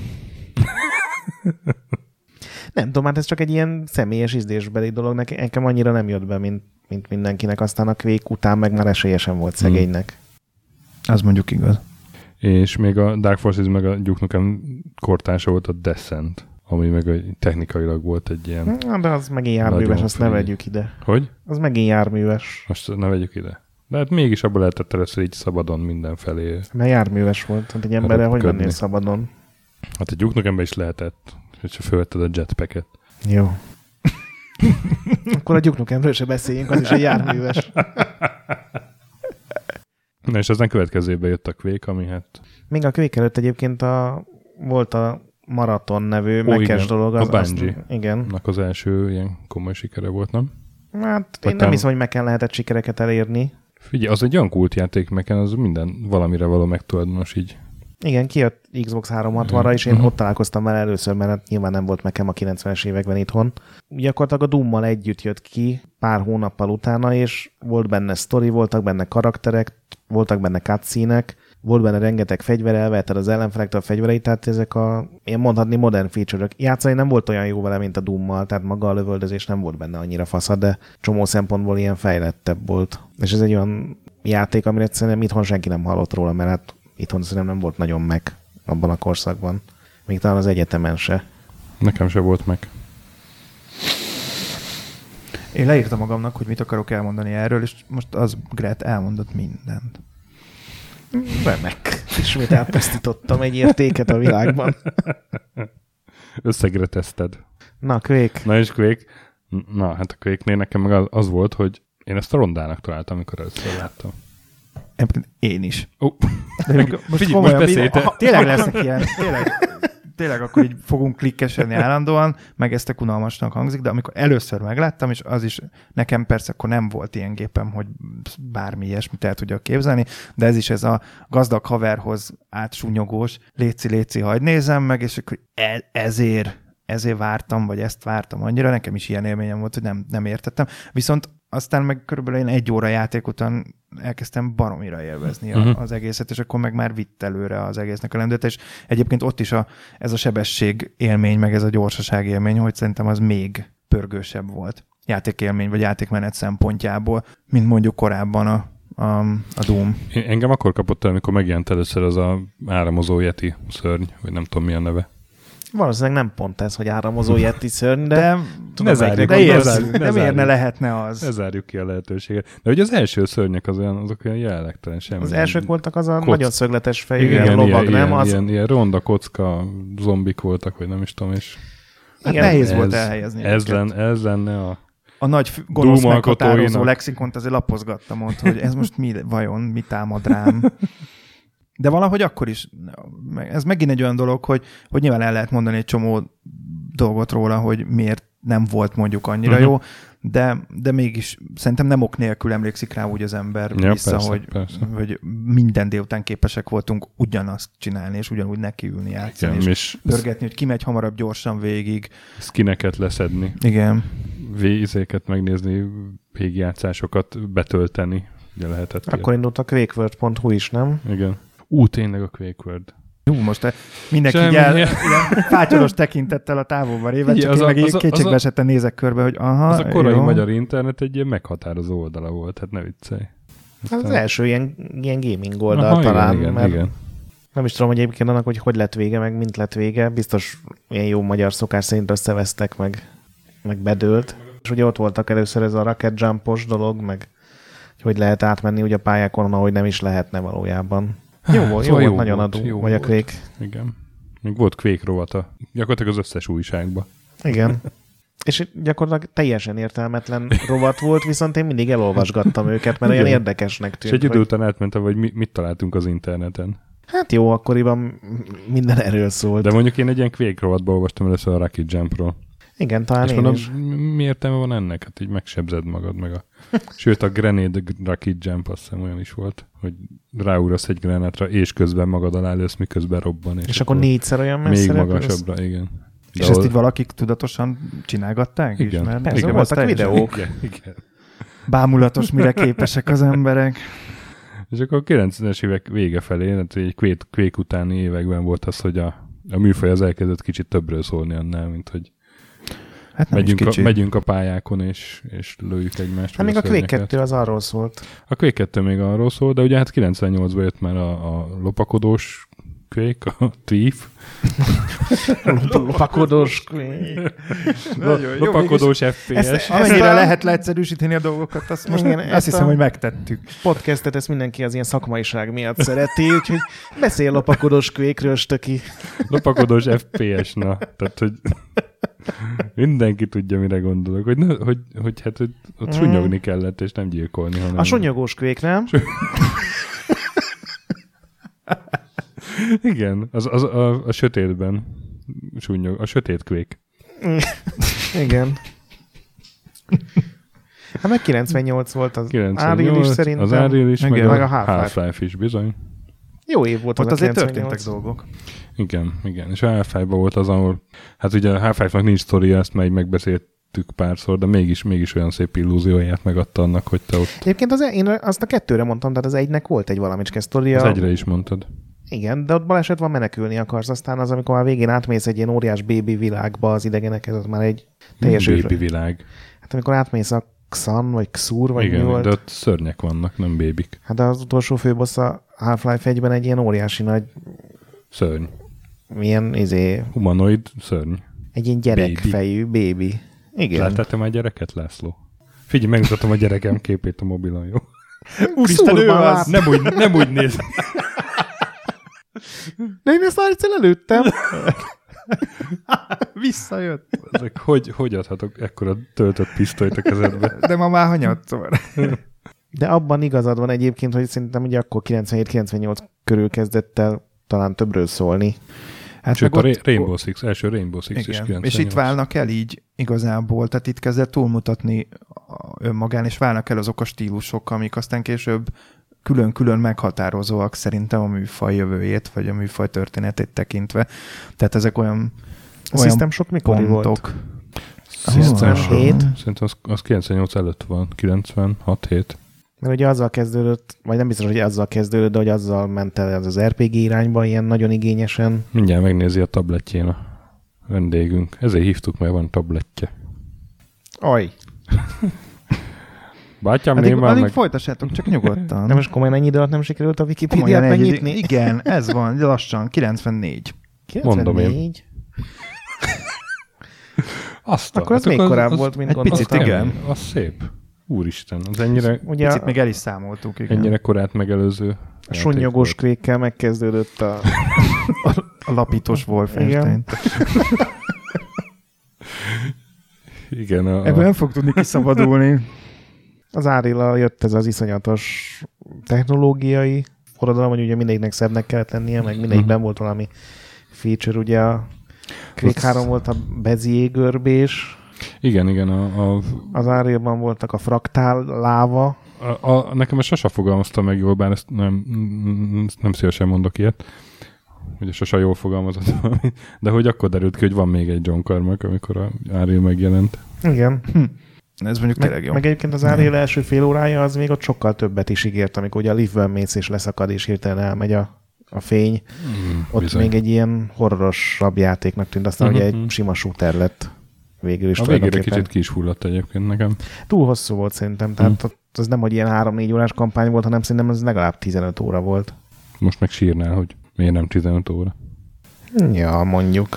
Nem tudom, hát ez csak egy ilyen személyes ízlésbeli dolog, nekem annyira nem jött be, mint, mint mindenkinek, aztán a Quake után meg már esélyesen volt szegénynek. Hmm. Az mondjuk igaz. És még a Dark Forces meg a Duke Nukem kortársa volt a Descent, ami meg technikailag volt egy ilyen... Na, de az megint járműves, azt ne vegyük ide. Hogy? Az megint járműves. Azt ne vegyük ide. De hát mégis abban lehetett először így szabadon mindenfelé. Mert járműves volt, hát egy emberre hát hogy mennél szabadon? Hát a Duke Nukemben is lehetett, és fölvetted a jetpacket. Jó. Akkor a Duke Nukemről se beszéljünk, az is egy járműves. Na és aztán következőben jött a Quake, ami hát... Még a Quake előtt egyébként a, volt a Marathon nevű Ó, mekkes dolog. Az, a Bungie. Azt, igen. Az első ilyen komoly sikere volt, nem? Hát Vagy én nem hiszem, hogy Mac-en lehetett sikereket elérni. Figyelj, az egy olyan kultjáték Mac-en, az minden valamire való megtulajdonos így. Igen, kijött Xbox háromszázhatvanra, és én uh-huh. ott találkoztam vele először, mert nyilván nem volt Mac-em a kilencvenes években itthon. Gyakorlatilag a Doom-mal együtt jött ki pár hónappal utána, és volt benne sztori, voltak benne karakterek, voltak benne cutscene-ek, volt benne rengeteg fegyver, elvehetted az ellenfelektől a fegyvereit, tehát ezek a, én mondhatni modern feature-ök. Játszani nem volt olyan jó vele, mint a Doom-mal, tehát maga a lövöldözés nem volt benne annyira faszad, de csomó szempontból ilyen fejlettebb volt. És ez egy olyan játék, amire egyszerűen itthon senki nem hallott róla, mert hát itthon szerintem nem volt nagyon meg abban a korszakban. Még talán az egyetemen se. Nekem se volt meg. Én leírtam magamnak, hogy mit akarok elmondani erről, és most az Gret elmondott mindent. Remek. Ismét elpusztítottam egy értéket a világban. Összegre teszted. Na, Quake. Na és Quake. Na, hát a Quake-nél nekem meg az, az volt, hogy én ezt a rondának találtam, amikor először láttam. Én is. Oh. Most, Figyelj, most beszélte. Ha, tényleg lesznek ilyen, tényleg, tényleg akkor így fogunk klikkesedni állandóan, meg ezt a unalmasnak hangzik, de amikor először megláttam, és az is, nekem persze akkor nem volt ilyen gépem, hogy bármi ilyesmit el tudjak képzelni, de ez is ez a gazdag haverhoz átsúnyogós, léci, léci, hagyd nézem meg, és akkor e- ezért, ezért vártam, vagy ezt vártam annyira, nekem is ilyen élményem volt, hogy nem, nem értettem. Viszont aztán meg körülbelül én egy óra játék után elkezdtem baromira élvezni uh-huh. az egészet, és akkor meg már vitt előre az egésznek a lendület, és egyébként ott is a, ez a sebesség élmény, meg ez a gyorsaság élmény, hogy szerintem az még pörgősebb volt játékélmény, vagy játékmenet szempontjából, mint mondjuk korábban a, a, a Doom. Engem akkor kapott el, amikor megjelent először az a áramozó Yeti szörny, vagy nem tudom milyen neve. Valószínűleg nem pont ez, hogy áramozó Yeti szörny, de, de tudom, ne zárjuk, de ne zárjuk, ne nem zárjuk. érne lehetne az. Ne zárjuk ki a lehetőséget. De ugye az első szörnyek az olyan, azok olyan jellegtelen semmi. Az elsők voltak az a Kock. nagyon szögletes fejű, igen, ilyen lovag, ilyen, nem? Az... Ilyen, ilyen ronda kocka zombik voltak, vagy nem is tudom, és... Hát nehéz ez, volt elhelyezni. Ez, lenne, ez lenne a... A nagy gonosz meghatározó lexikont azért lapozgattam ott, hogy ez most mi, vajon mi támad rám. De valahogy akkor is, ez megint egy olyan dolog, hogy, hogy nyilván el lehet mondani egy csomó dolgot róla, hogy miért nem volt mondjuk annyira uh-huh. jó, de, de mégis szerintem nem ok nélkül emlékszik rá úgy az ember ja, vissza, persze, hogy, persze. hogy minden délután képesek voltunk ugyanazt csinálni, és ugyanúgy nekiülni, játszani, igen, és pörgetni, hogy ki megy hamarabb gyorsan végig. Skineket leszedni. Igen. Vízéket megnézni, végigjátszásokat betölteni. Ugye lehetett. Akkor ilyen. Indult a quakeworld pont hu is, nem? Igen. Ú, tényleg a QuakeWorld. Jó, most mindenki így el, ilyen fátyolos tekintettel a távolban réved, csak én meg így kétségbe esetten nézek körbe, hogy aha, az a korai jó. magyar internet egy ilyen meghatározó oldala volt, hát ne viccelj. Aztán... Az első ilyen, ilyen gaming oldal aha, talán, igen, mert igen. nem is tudom, hogy egyébként annak, hogy hogy lett vége, meg mint lett vége, biztos ilyen jó magyar szokás szerint összevesztek, meg, meg bedőlt. És ugye ott voltak először ez a rocket jumpos dolog, meg hogy lehet átmenni ugye a pályákon, ahogy nem is lehetne valójában. Jó volt, jó, jó volt, nagyon adó, jó vagy a Quake. Igen. Még volt Quake rovata. Gyakorlatilag az összes újságban. Igen. És gyakorlatilag teljesen értelmetlen rovat volt, viszont én mindig elolvasgattam őket, mert igen. Olyan érdekesnek tűnt. És egy idő után hogy... átmentem, hogy mi, mit találtunk az interneten. Hát jó, akkoriban minden erről szólt. De mondjuk én egy ilyen Quake rovatban olvastam először a Rocket Jumpról. Igen, talán és én mondom, is. Mi értelme van ennek? Hát így megsebzed magad, meg a... Sőt, a Grenade Rocket Jump azt hiszem olyan is volt, hogy ráugrasz egy grenátra, és közben magad alá lősz, miközben robban. És, és akkor négyszer olyan messzire. Még magasabbra, lesz? Igen. De és ahol... ezt így valakik tudatosan csinálgatták? Igen. Is, mert persze, igen, voltak videók. Igen, igen. Bámulatos, mire képesek az emberek. És akkor a kilencvenes évek vége felé, hát egy Quake, Quake utáni években volt az, hogy a, a műfaj az elkezdett kicsit többről szólni annál, mint hogy hát megyünk, a, megyünk a pályákon, és, és lőjük egymást. Hát még a Quake kettő az arról szólt. A Quake kettő még arról szólt, de ugye hát kilencvennyolcban jött már a, a lopakodós Quake, a Thief. Lopakodós Quake. Lopakodós ef pé es. Ezt, amennyire a... lehet leegyszerűsíteni a dolgokat, azt most igen, azt hiszem, hogy megtettük. Podcastet ezt mindenki az ilyen szakmaiság miatt szereti, úgyhogy beszél lopakodós Quake-ről, stöki. Lopakodós ef pé es, na. Tehát, hogy mindenki tudja, mire gondolok. Hogy, ne, hogy, hogy hát hogy ott mm. sunyogni kellett, és nem gyilkolni. Hanem... A sunyogós Quake, nem? Igen, az, az a, a sötétben súnyog, a sötét Quake. Igen. Hát meg kilencvennyolc volt az kilencvennyolc, Unreal is szerintem. Az Unreal is, meg, meg a a Half-Life. Half-Life is bizony. Jó év volt ott az azért történtek dolgok. Igen, igen. És a Half-Life-ban volt az, ahol, hát ugye a Half-Life-nak nincs sztoria, ezt már megbeszéltük párszor, de mégis, mégis olyan szép illúzióját megadta annak, hogy te ott... Egyébként az, én azt a kettőre mondtam, tehát az egynek volt egy valamicske sztoria. Az egyre is mondtad. Igen, de ott baleset van, menekülni akarsz. Aztán az, amikor már végén átmész egy ilyen óriás bébi világba az idegenekhez, az már egy teljes... Bébi világ. Hát amikor átmész a Xan, vagy Xur, vagy igen, mi volt? de ott szörnyek vannak, nem bébik. Hát az utolsó főbossz a Half-Life egyben egy ilyen óriási nagy... Szörny. Milyen, izé... Humanoid szörny. Egy ilyen gyerekfejű bébi. Igen. Láttál te már gyereket, László? Figyelj, megmutatom a gyerekem képét a mobilon, jó? Úristen, ő az! Nem úgy, nem úgy néz. De én ezt már egyszer előttem. Visszajött. Ezek, hogy, hogy adhatok ekkora töltött pisztolyt a kezedbe? De ma már hanyatszor. De abban igazad van egyébként, hogy szerintem ugye akkor kilencvenhét kilencvennyolc körül kezdett el talán többről szólni. Hát sőt, a ott, Rainbow Six, első Rainbow Six igen, is kilencvennyolc. És itt válnak el így igazából, tehát itt kezdett túlmutatni önmagán, és válnak el azok a stílusok, amik aztán később külön-külön meghatározóak szerintem a műfaj jövőjét, vagy a műfaj történetét tekintve. Tehát ezek olyan, a olyan System Shock mikor pontok. kilencvenhét Szerintem az, az kilencvennyolc előtt van, kilencvenhat hét. Mert ugye azzal kezdődött, vagy nem biztos, hogy azzal kezdődött, de hogy azzal ment el az er pé gé irányba, ilyen nagyon igényesen. Mindjárt megnézi a tabletjén a vendégünk. Ezért hívtuk, mert van tabletje. Aj! Bátyám, addig, addig meg... folytassátok, csak nyugodtan. De most komolyan ennyi idő alatt nem sikerült a Wikipédiát megnyitni? Egy, igen, ez van, lassan, kilencvennégy. Mondom én. Azt akkor az, az még az, korább az, volt, mint egy gondoltam. Picit, igen. Az szép. Úristen, az ennyire... Ugye picit a, még el is számoltuk, igen. Ennyire korát megelőző. A sunnyogós Quake-kel megkezdődött a... a, a lapítós Wolfenstein. Igen. A, Ebből nem fog tudni kiszabadulni. Az Unreal-al jött ez az iszonyatos technológiai forradalom, hogy ugye mindegyiknek szebbnek kellett lennie, meg mindegyikben volt valami feature, ugye a Quake három volt a bezier görbés. Igen, igen. A, a, Az Unreal-ban voltak a fraktál, láva. a, a, nekem a Sasa fogalmazta meg jól, bár ezt nem, nem szívesen mondok ilyet, hogy a Sasa jól fogalmazott valamit, de hogy akkor derült ki, hogy van még egy John Carmack, amikor a Unreal megjelent. Igen. Hm. Ez mondjuk meg, tényleg jó. Meg egyébként az Unreal első fél órája az még ott sokkal többet is ígért, amikor ugye a liftben mész és leszakad, és hirtelen elmegy a, a fény. Mm, ott bizony. Még egy ilyen horrorosabb játéknak tűnt, aztán uh-huh. ugye egy sima shooter lett végül is. A végére kicsit ki is hulladt egyébként nekem. Túl hosszú volt szerintem, tehát mm. az nem, hogy ilyen három-négy órás kampány volt, hanem szerintem ez legalább tizenöt óra volt. Most meg sírnál, hogy miért nem tizenöt óra. Ja, mondjuk.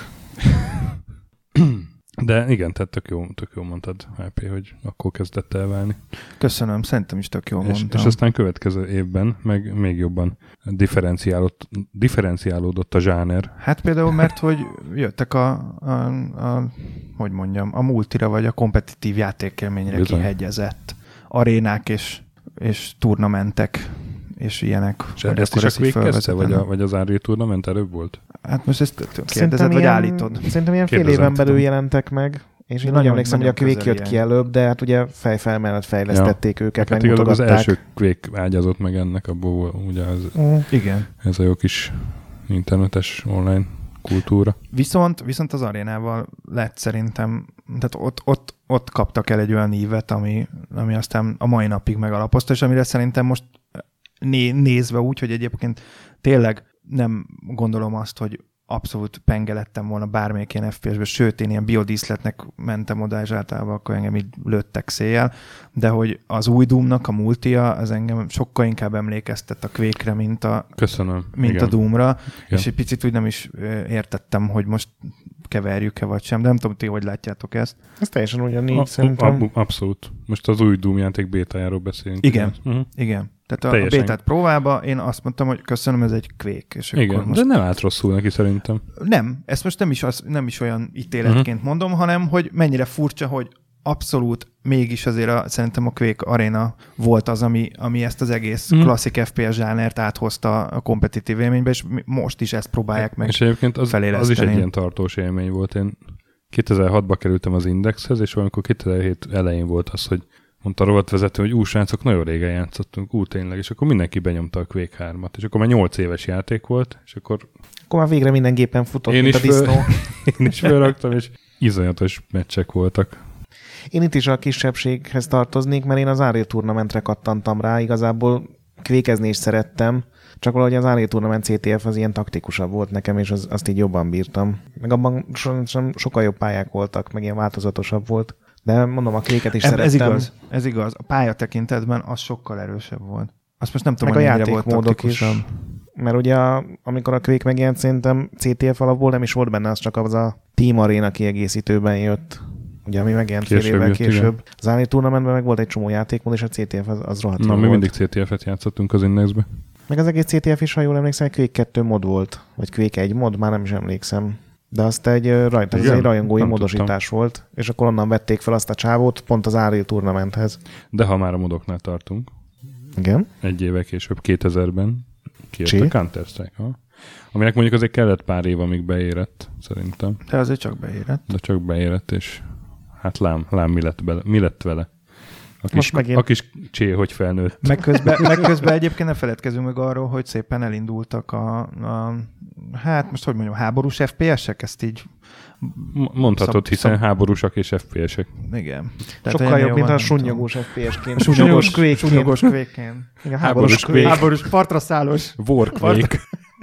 De igen, tehát tök jó, tök jó mondtad, há pé, hogy akkor kezdett el válni. Köszönöm, szerintem is tök jól és, mondtam. És aztán következő évben meg még jobban differenciálódott, differenciálódott a zsáner. Hát például, mert hogy jöttek a, a, a hogy mondjam, a multira vagy a kompetitív játékélményre Bizony. Kihegyezett arénák és, és turnamentek és ilyenek. És ezt is a Quake kezdte, vagy, a, vagy az Unreal Tournament előbb volt? Hát most ezt kérdezed, vagy ilyen, állítod? Szerintem ilyen fél éven belül jelentek meg, és én nagyon emlékszem, hogy a Quake jött ki előbb, de hát ugye fejfel mellett fejlesztették ja. őket, hát megmutogatták. Az első Quake ágyazott meg ennek, abból ugye az, mm. igen. ez a jó kis internetes online kultúra. Viszont, viszont az arénával lett szerintem, tehát ott, ott, ott kaptak el egy olyan ívet, ami, ami aztán a mai napig megalapozta, és amire szerintem most né, nézve úgy, hogy egyébként tényleg nem gondolom azt, hogy abszolút penge lettem volna bármelyik ilyen ef pé es-be, sőt, én ilyen biodíszletnek mentem oda, és általában akkor engem így lőttek széjjel, de hogy az új Doom-nak a multia, az engem sokkal inkább emlékeztet a Quake-re, mint a, Köszönöm. mint Igen. a Doom-ra, Igen. és egy picit úgy nem is értettem, hogy most keverjük-e vagy sem, de nem tudom, ti hogy látjátok ezt. Ez teljesen ugyanígy, a, szerintem. A, abszolút. Most az új Doom játék bétájáról beszélünk. Igen, uh-huh. igen. Tehát a, a bétát próbába én azt mondtam, hogy köszönöm, ez egy Quake. És igen, most... de nem állt rosszul neki szerintem. Nem, ezt most nem is, az, nem is olyan ítéletként uh-huh. mondom, hanem hogy mennyire furcsa, hogy abszolút mégis azért a, szerintem a Quake Arena volt az, ami, ami ezt az egész uh-huh. klasszik ef pé es zsánert áthozta a kompetitív élménybe, és most is ezt próbálják meg és egyébként az, az is egy ilyen tartós élmény volt. Én kétezer-hatba kerültem az Indexhez, és valamikor kétezer-hét elején volt az, hogy mondta a rovatvezető, hogy ú, srácok, nagyon régen játszottunk, ú, tényleg, és akkor mindenki benyomta a Quake hármat, és akkor már nyolc éves játék volt, és akkor... Akkor már végre minden gépen futott, én mint a disznó. Föl, én is felraktam, és iszonyatos meccsek voltak. Én itt is a kisebbséghez tartoznék, mert én az Unreal Tournamentre kattantam rá, igazából kvékezni is szerettem, csak valahogy az Unreal Tournament cé té ef az ilyen taktikusabb volt nekem, és az, azt így jobban bírtam. Meg abban so, so, sokkal jobb pályák voltak, meg ilyen változatosabb volt. De mondom, a Quake-et is ez, szerettem. Ez igaz, ez igaz. A pálya tekintetben az sokkal erősebb volt. Azt most nem tudom, meg hogy a mennyire volt taktikusabb. Is. Mert ugye a, amikor a Quake megjelent, szerintem cé té ef alapból nem is volt benne, az csak az a Team Arena kiegészítőben jött. Ugye, ami megjelent fél évvel jött, később. Igen. Az Unreal Tournamentben meg volt egy csomó játékmód, és a cé té ef az, az rohadt. Na, mi mindig cé té ef-et játszottunk az Indexbe. Meg az egész cé té ef is, ha jól emlékszem, egy Quake kettő mod volt. Vagy Quake egy mod, már nem is emlékszem. De azt egy, rajt, ez egy rajongói nem módosítás tudtam. Volt, és akkor onnan vették fel azt a csávót pont az Unreal Tournamenthez. De ha már a modoknál tartunk. Igen. Egy éve később, kétezerben kijött a Counter-Strike, ha? Aminek mondjuk azért kellett pár év, amíg beérett, szerintem. De azért csak beérett. De csak beérett, és hát lám, lám mi, lett bele, mi lett vele. A kis, megint... a kis csé, hogy felnőtt. Megközben, megközben egyébként ne feledkezzünk meg arról, hogy szépen elindultak a, a hát most hogy mondjam, háborús ef pé es-ek, ezt így mondhatod, szab, hiszen szab... háborúsak és ef pé es-ek. Igen. Tehát sokkal jobb, mint a sunnyogós ef pé es-ként. Sunnyogós Quake-ként. Sunnyogós Quake-ként. Háborús Quake. Háborús partraszállós. War Quake.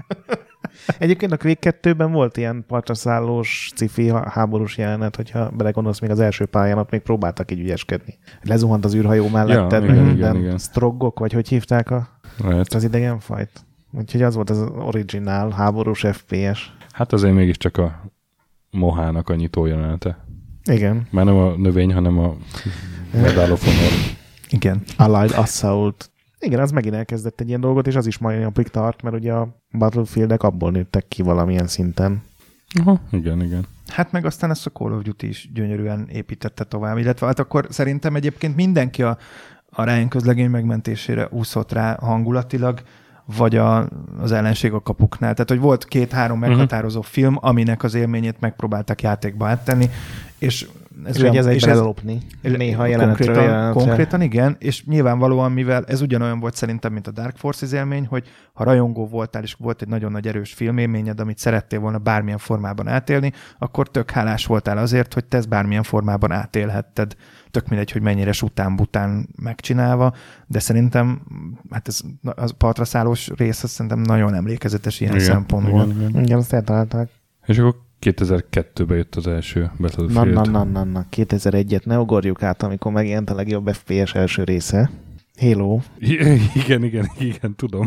Egyébként a Quake kettőben volt ilyen partraszállós cifi háborús jelenet, hogyha belegondolsz, még az első pályán ott még próbáltak így ügyeskedni. Lezuhant az űrhajó melletted, ja, igen, igen, igen. stroggok, vagy hogy hívták a, az idegenfajt. Úgyhogy az volt az originál háborús ef pé es. Hát azért mégiscsak a Mohának a nyitó jelenete. Igen. Már nem a növény, hanem a Medal of Honor. Igen. Allied Assault. Igen, az megint elkezdett egy ilyen dolgot, és az is majd a tart, mert ugye a Battlefield-ek abból nőttek ki valamilyen szinten. Aha, igen, igen. Hát meg aztán ezt a Call of Duty is gyönyörűen építette tovább, illetve hát akkor szerintem egyébként mindenki a, a Ryan közlegény megmentésére úszott rá hangulatilag, vagy a, az ellenség a kapuknál. Tehát, hogy volt két-három meghatározó uh-huh. film, aminek az élményét megpróbáltak játékba áttenni, és ez és olyan, ez egy és belelopni. Néha jelenetről konkrétan, jelenetre. konkrétan igen, és nyilvánvalóan, mivel ez ugyanolyan volt szerintem, mint a Dark Forces élmény, hogy ha rajongó voltál, és volt egy nagyon nagy erős filmélményed, amit szerettél volna bármilyen formában átélni, akkor tök hálás voltál azért, hogy te ezt bármilyen formában átélhetted. Tök mindegy, hogy mennyire sután-bután megcsinálva, de szerintem hát ez a partra szállós rész, az szerintem nagyon emlékezetes ilyen igen, szempontból. Igen, igen. Igen, azt eltalálták. És akkor kétezer-kettőben jött az első Battlefield. Na, na, na, na, na. kétezer-egyet ne ugorjuk át, amikor megjelent a legjobb ef pé es első része. Halo. I- igen, igen, igen, tudom.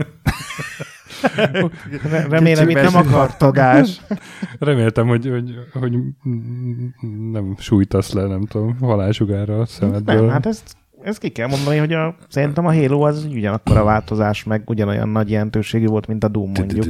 Remélem, itt nem akartad. Reméltem, hogy, hogy, hogy nem sújtasz le, nem tudom, halálsugárra a szemedből. Nem, hát ezt, ezt ki kell mondani, hogy a, szerintem a Halo az ugyanakkor a változás, meg ugyanolyan nagy jelentőségű volt, mint a Doom mondjuk.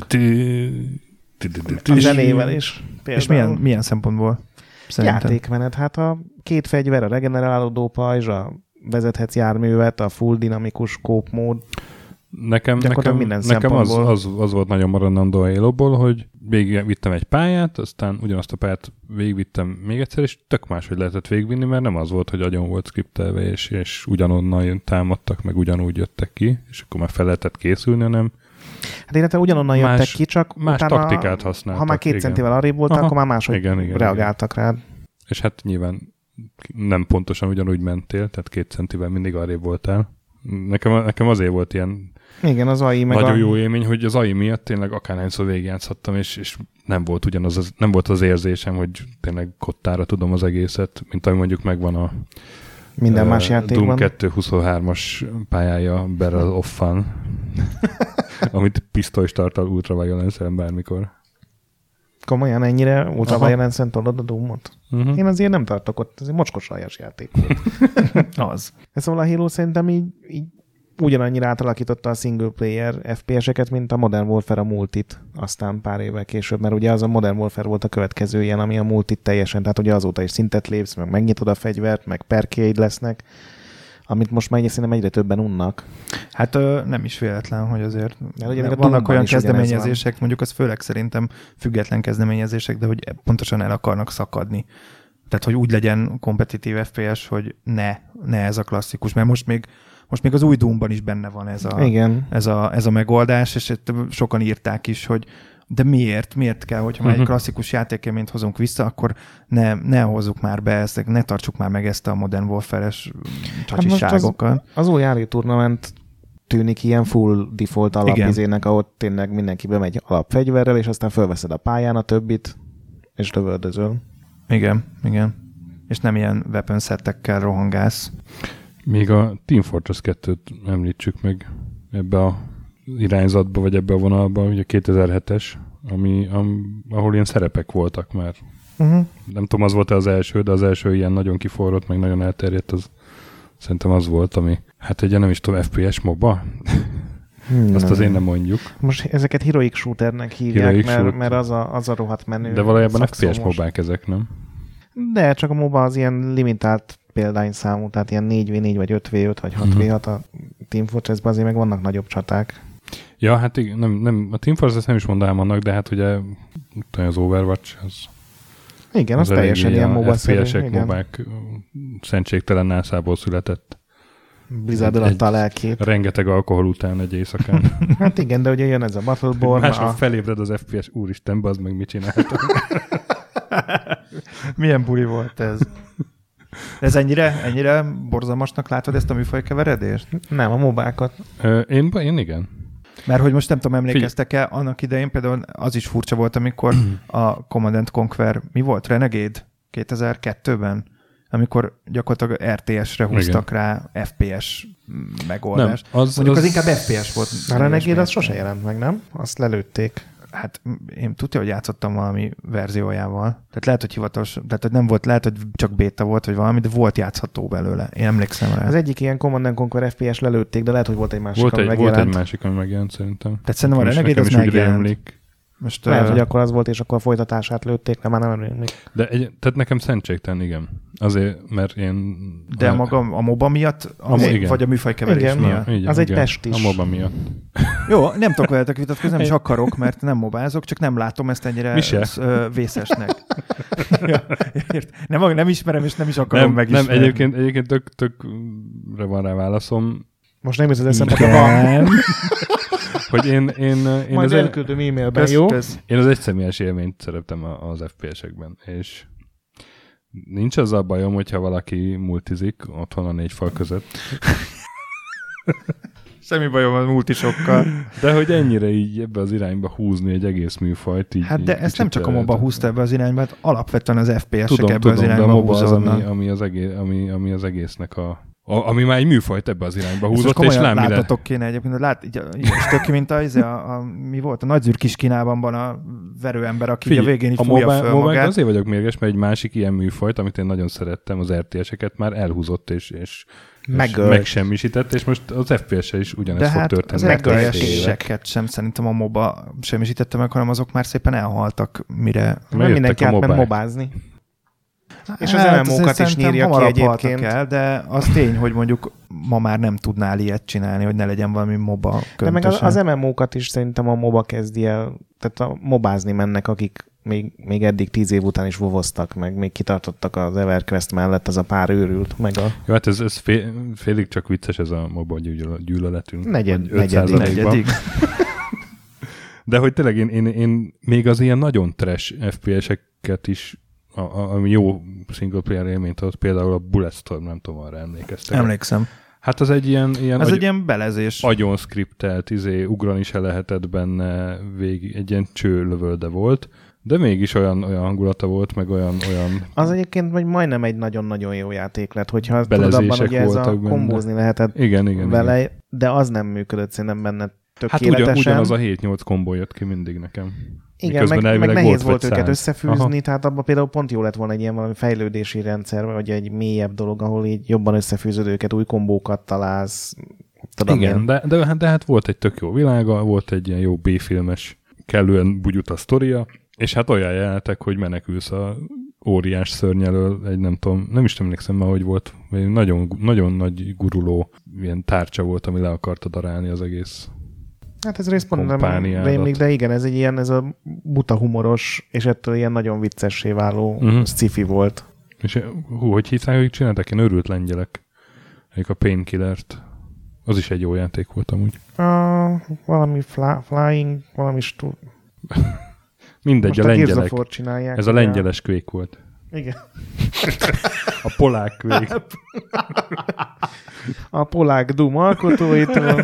A zenével is. És milyen, milyen szempontból? Szerintem. Játékmenet. Hát a két fegyver, a regenerálódó pajzs, a vezethetsz járművet, a full dinamikus scope mód. Nekem, nekem, nekem az, az, az volt nagyon maradandó a Halo-ból, hogy végigvittem egy pályát, aztán ugyanazt a pályát végigvittem még egyszer, és tök máshogy lehetett végigvinni, mert nem az volt, hogy agyon volt skriptelve, és, és ugyanonnan támadtak, meg ugyanúgy jöttek ki, és akkor már fel lehetett készülni, hanem hát illetve ugyanonnan más, jöttek ki, csak más utána, taktikát használtak. Ha már két igen. centivel arrébb voltak, Aha, akkor már máshogy igen, igen, reagáltak igen. rád. És hát nyilván nem pontosan ugyanúgy mentél, tehát két centivel mindig arrébb voltál. Nekem, nekem azért volt ilyen igen, az á i meg nagyon a... jó élmény, hogy az á i miatt tényleg akárhányszor végigjátszhattam, és, és nem volt ugyanaz, az, nem volt az érzésem, hogy tényleg kottára tudom az egészet, mint ami mondjuk megvan a minden más játékban. Doom kettő huszonhármas pályája Barrel of Fun, amit pisztolytartal Ultra Violence-en bármikor. Komolyan ennyire Ultra Violence-en tolod a Doomot? Uh-huh. Én azért nem tartok ott, ez egy mocskos aljas játék volt. Az. Szóval a Halo szerintem így, így ugyanannyira átalakította a single player ef pé es-eket, mint a Modern Warfare a multit, aztán pár évvel később, mert ugye az a Modern Warfare volt a következő ilyen, ami a multit teljesen, tehát ugye azóta is szintet lépsz, meg megnyitod a fegyvert, meg perkéid lesznek, amit most már szerintem egyre többen unnak. Hát ö, nem is véletlen, hogy azért ugye vannak olyan kezdeményezések, mondjuk az főleg szerintem független kezdeményezések, de hogy pontosan el akarnak szakadni. Tehát, hogy úgy legyen kompetitív ef pé es, hogy ne, ne ez a klasszikus, mert most még Most még az új Doomban is benne van ez a, Igen. ez a, ez a megoldás, és sokan írták is, hogy de miért? Miért kell, hogyha már egy klasszikus játékélményt hozunk vissza, akkor ne, ne hozzuk már be ezt, ne tartsuk már meg ezt a Modern Warfare-es csacsiságokat. Hát az, az új á er i Tournament tűnik ilyen full default alapizének, ahol tényleg mindenki bemegy alapfegyverrel, és aztán fölveszed a pályán a többit, és lövöldözöl. Igen, igen. És nem ilyen weapon settekkel rohangálsz. Még a Team Fortress kettőt említsük meg ebbe a irányzatba, vagy ebbe a vonalba, ugye kétezer-hetes, ami, am, ahol ilyen szerepek voltak már. Uh-huh. Nem tudom, az volt-e az első, de az első ilyen nagyon kiforrott, meg nagyon elterjedt, az szerintem az volt, ami, hát egy nem is tudom, ef pé es moba? Hmm. Azt azért nem mondjuk. Most ezeket heroic shooternek hívják, heroic mert, shooter. mert az, a, az a rohadt menő. De valójában ef pé es mobák ezek, nem? De csak a moba az ilyen limitált példányszámú, tehát ilyen négy vé négy, vagy öt vé öt, vagy hat vé hat a Team Fortress-ben azért meg vannak nagyobb csaták. Ja, hát igen, nem, nem, a Team Fortress nem is mondanám annak, de hát ugye az Overwatch, az igen, az, az teljesen ilyen moba-szerű. ef pé esek, mobák szentségtelen nászából született. Blizzard alatt a lelkét. Rengeteg alkohol után egy éjszakán. Hát igen, de ugye jön ez a Battleborn. Másnap a... felébred az ef pé es, úristen, bazd meg, mit csináltam. Milyen buli volt ez? Ez ennyire, ennyire borzalmasnak látod ezt a műfajkeveredést? Nem, a mobákat. Ö, én, én igen. Mert hogy most nem tudom, emlékeztek-e, annak idején például az is furcsa volt, amikor a Command and Conquer, mi volt? Renegade kétezer-kettőben? Amikor gyakorlatilag er té es-re húztak igen. rá ef pé es megoldást. Nem, az, Mondjuk az, az inkább ef pé es volt. A Renegade az sose jelent meg, nem? Azt lelőtték. Hát én tudja, hogy játszottam valami verziójával. Tehát lehet, hogy hivatalos, tehát hogy nem volt, lehet, hogy csak béta volt, vagy valami, de volt játszható belőle. Én emlékszem rá. Az egyik ilyen Command and Conquer ef pé es lelőtték, de lehet, hogy volt egy másik, volt ami egy, megjelent. Volt egy másik, ami megjelent szerintem. Tehát szerintem a Renegade az megjelent. Most, Lehet, uh, hogy akkor az volt, és akkor a folytatását lőtték, de már nem emlékszem. De egy, tehát nekem szentségtelen, igen. Azért, mert én... De a, maga, a MOBA miatt? A, igen. Vagy a műfajkeverés Igen. miatt? Na, igen, az egy igen. test is. A MOBA miatt. Jó, nem tudok veletek vitatkozni, nem is akarok, mert nem mobázok, csak nem látom ezt ennyire sz, ö, vészesnek. Ja, nem, nem ismerem, és nem is akarom nem, megismerni. Nem, egyébként, egyébként tök, tökre van rá válaszom. Most nem hiszed eszembe, de van. Hogy én, én, én, Majd az elküldöm e-mailben, kösz, jó? Kösz. én az egyszemélyes élményt szeretem az ef pé es-ekben, és nincs az a bajom, hogyha valaki multizik otthon a négy fal között. Semmi bajom a multisokkal. De hogy ennyire így ebbe az irányba húzni egy egész műfajt. Így, Hát de így ezt nem csak a MOBA húzta ebbe az irányba, hát alapvetően az ef pé es-ek tudom, ebbe tudom, az irányba de a MOBA az, ami, húzódnak. ami, az egész, ami, ami az egésznek a A, ami már egy műfajt ebbe az irányba húzott, és, és lám mire... láttatok kéne egyébként, lát, így, így tök ki, mint a, a, a, mi volt, a nagyzűr kis Kínában van a verőember, aki Figyelj, a végén így a fújja mobile, föl mobile magát. Azért vagyok mérges, mert egy másik ilyen műfajt, amit én nagyon szerettem, az er té es-eket már elhúzott, és, és, és megsemmisített, és most az ef pé es-e is ugyanezt de fog hát történni. De hát az er té es-eket sem szerintem a MOBA semmisítette meg, hanem azok már szépen elhaltak, mire... Nem mindenki átment mobázni. És az hát, em em o-kat is nyírja ki egyébként. El, de az tény, hogy mondjuk ma már nem tudnál ilyet csinálni, hogy ne legyen valami MOBA köntösen. De meg az, az em em o-kat is szerintem a MOBA kezdi el, tehát a mobázni mennek, akik még, még eddig tíz év után is vovoztak, meg még kitartottak az EverQuest mellett, az a pár őrült, meg a... Jó, hát ez, ez fél, félig csak vicces ez a MOBA gyűlöletünk. Negyed, negyedik. negyedik. De hogy tényleg én, én, én még az ilyen nagyon trash ef pé es-eket is A, a, ami jó single player élményt adott, például a Bulletstorm, nem tudom, arra emlékeztek. Emlékszem. Hát az egy ilyen... ilyen az agy, egy ilyen belezés. Agyon skriptelt, izé, ugrani se lehetett benne, végig egy ilyen csőlövölde volt, de mégis olyan, olyan hangulata volt, meg olyan... olyan az egyébként vagy majdnem egy nagyon-nagyon jó játék lett, hogyha tudod abban, hogy ez a kombózni lehetett igen, igen, vele, igen. de az nem működött szerintem benne tökéletesen. Hát ugyan, ugyanaz a hét-nyolc kombó jött ki mindig nekem. Igen, meg, meg nehéz volt őket összefűzni, Aha. tehát abban például pont jó lett volna egy ilyen valami fejlődési rendszer, vagy egy mélyebb dolog, ahol így jobban összefűzöd őket, új kombókat találsz. Tudom igen, de, de, de hát volt egy tök jó világa, volt egy ilyen jó B-filmes, kellően bugyuta sztoria, és hát olyan jelentek, hogy menekülsz a óriás szörny elől, egy nem tudom, nem is emlékszem már, hogy volt, egy nagyon, nagyon nagy guruló ilyen tárcsa volt, ami le akarta darálni az egész. Hát ez Respawn nem rémlik, de igen, ez egy ilyen, ez a buta humoros, és ettől ilyen nagyon viccessé váló uh-huh. sci-fi volt. És hú, hogy hívták, hogy csináltak ilyen őrült lengyelek? Egyik a Painkillert. Az is egy jó játék volt amúgy. Uh, valami fly, flying, valami stú... Mindegy, most a lengyelek. Csinálják, ez a lengyeles Quake volt. Igen. A polák Quake. A polák Doom alkotóitól.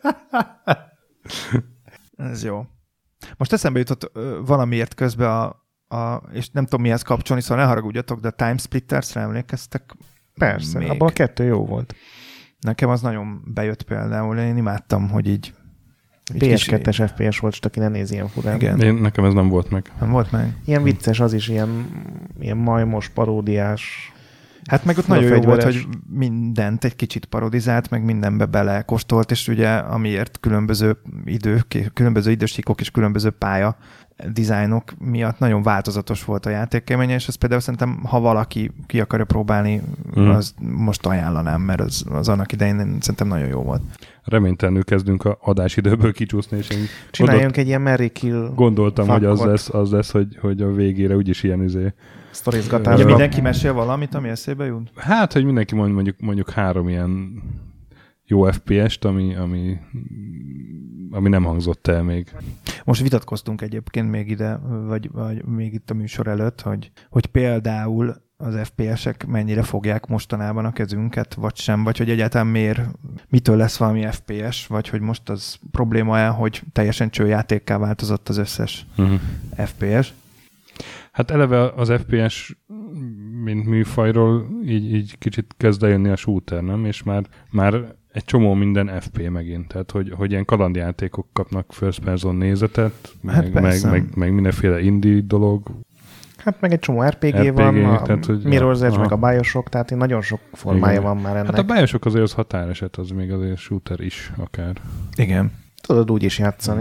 Ez jó. Most eszembe jutott ö, valamiért közben a, a, és nem tudom mihez kapcsolni, szóval ne haragudjatok, de a Time Splitters-re emlékeztek? Persze, még. Abban a kettő jó volt. Nekem az nagyon bejött például, én imádtam, hogy így... pé es kettes ef pé es volt, csak aki ne néz ilyen furán. Igen. Én, nekem ez nem volt meg. Nem volt meg? Ilyen vicces, az is ilyen, ilyen majmos, paródiás. Hát meg ott nagyon jó volt, hogy mindent egy kicsit parodizált, meg mindenbe belekóstolt, és ugye amiért különböző idők, különböző idősíkok és különböző pálya dizájnok miatt nagyon változatos volt a játékélménye, és ezt például szerintem, ha valaki ki akarja próbálni, mm. az most ajánlanám, mert az, az annak idején szerintem nagyon jó volt. Reménytelenül kezdünk a adásidőből kicsúszni, és én csináljunk gondolt, egy ilyen Mary Kill Gondoltam, fakot. hogy az lesz, az lesz hogy, hogy a végére úgyis ilyen izé sztorizgatásban. Mindenki mesél valamit, ami eszébe jut? Hát, hogy mindenki mond mondjuk, mondjuk három ilyen jó ef pé est, ami, ami, ami nem hangzott el még. Most vitatkoztunk egyébként még ide, vagy, vagy még itt a műsor előtt, hogy, hogy például az ef pé esek mennyire fogják mostanában a kezünket, vagy sem, vagy hogy egyáltalán miért, mitől lesz valami ef pé es, vagy hogy most az probléma el, hogy teljesen csőjátékká változott az összes uh-huh. ef pé es. Hát eleve az ef pé es, mint műfajról így, így kicsit kezd eljönni a shooter, nem? És már, már egy csomó minden ef pé megint. Tehát, hogy, hogy ilyen kalandjátékok kapnak first person nézetet, hát meg, meg, meg, meg mindenféle indie dolog. Hát meg egy csomó er pé gé, er pé gé van, a tehát, hogy Mirror's Edge, meg a Bioshock, tehát nagyon sok formája igen. van már ennek. Hát a Bioshock azért az határeset, az még azért shooter is akár. Igen. Tudod úgy is játszani.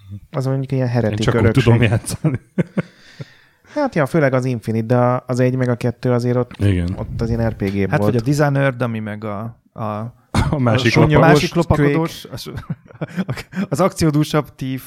Az mondjuk ilyen heretik Én csak úgy örökség. tudom játszani. Hát ja, főleg az Infinite, de az egy meg a kettő azért ott, Igen. ott az ilyen er pé gé Hát volt. vagy a Dishonored, ami meg a, a, A másik a lopagos. másik lopakodós, az, az akciódúsabb tív.